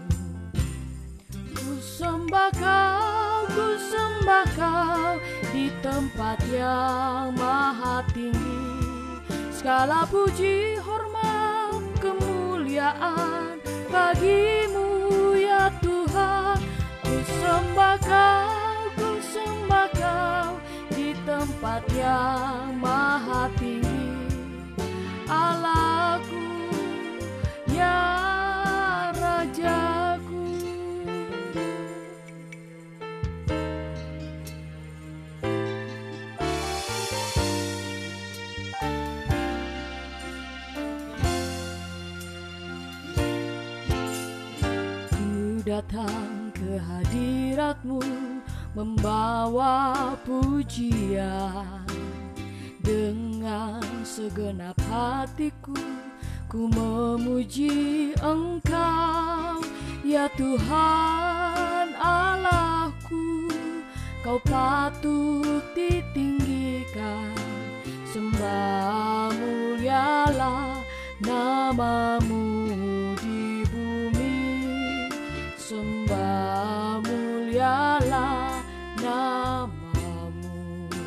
Speaker 2: Ku sembah Kau, ku sembah Kau di tempat yang maha tinggi. Segala puji, hormat, kemuliaan bagi-Mu ya Tuhan. Ku sembah Kau, ku sembah Kau di tempat yang maha tinggi, Allahku, ya Rajaku. Ku datang ke hadirat-Mu membawa pujian, dengan segenap hatiku ku memuji Engkau, ya Tuhan Allahku. Kau patut ditinggikan, sembah mulialah nama-Mu di bumi, sembah mulialah nama-Mu.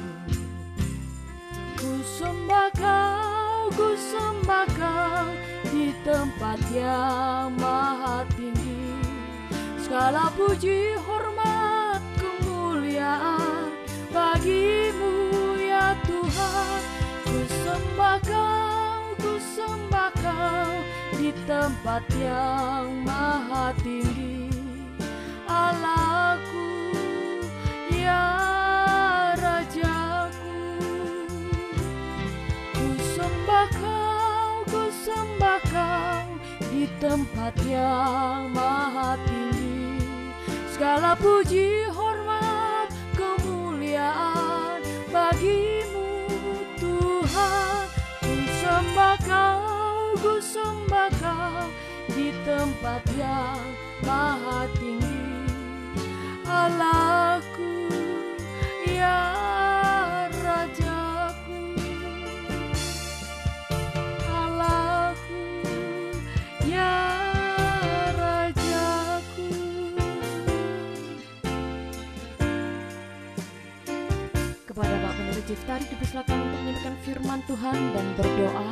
Speaker 2: Ku sembah Kau, ku sembah Kau di tempat yang maha tinggi, segala puji, hormat, kemuliaan bagi-Mu ya Tuhan. Ku sembah Kau, ku sembah Kau di tempat yang maha tinggi, Allahku, ya Rajaku. Ku sembah Kau, ku sembah Kau di tempat yang maha tinggi, segala puji, hormat, kemuliaan bagi-Mu Tuhan. Ku sembah Kau, ku sembah Kau di tempat yang maha tinggi, Allahku, ya Rajaku. Allahku, ya Rajaku. Kepada Pak Pendeta Jiftari dipersilakan untuk menyampaikan firman Tuhan dan berdoa.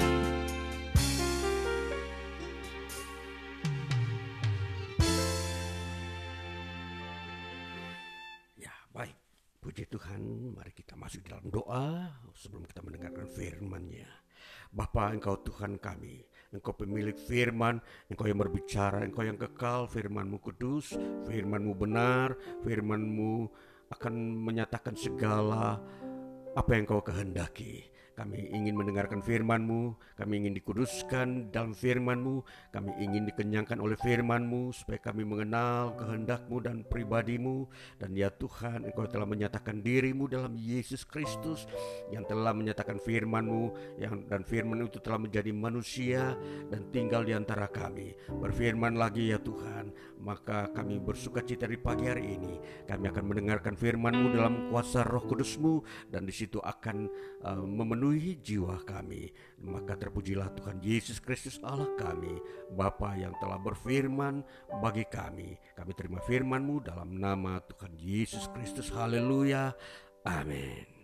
Speaker 1: Baik, puji Tuhan, mari kita masuk dalam doa sebelum kita mendengarkan firman-Nya. Bapa, Engkau Tuhan kami, Engkau pemilik firman, Engkau yang berbicara, Engkau yang kekal, firman-Mu kudus, firman-Mu benar, firman-Mu akan menyatakan segala apa yang Engkau kehendaki. Kami ingin mendengarkan firman-Mu, kami ingin dikuduskan dalam firman-Mu, kami ingin dikenyangkan oleh firman-Mu, supaya kami mengenal kehendak-Mu dan pribadi-Mu. Dan ya Tuhan, Engkau telah menyatakan diri-Mu dalam Yesus Kristus, yang telah menyatakan firman-Mu, yang, dan firman itu telah menjadi manusia dan tinggal di antara kami. Berfirman lagi ya Tuhan, maka kami bersuka cita di pagi hari ini. Kami akan mendengarkan firman-Mu dalam kuasa Roh Kudus-Mu, dan di situ akan uh, memenuhi jiwa kami. Maka terpujilah Tuhan Yesus Kristus Allah kami, Bapa yang telah berfirman bagi kami. Kami terima firman-Mu dalam nama Tuhan Yesus Kristus. Haleluya, amin.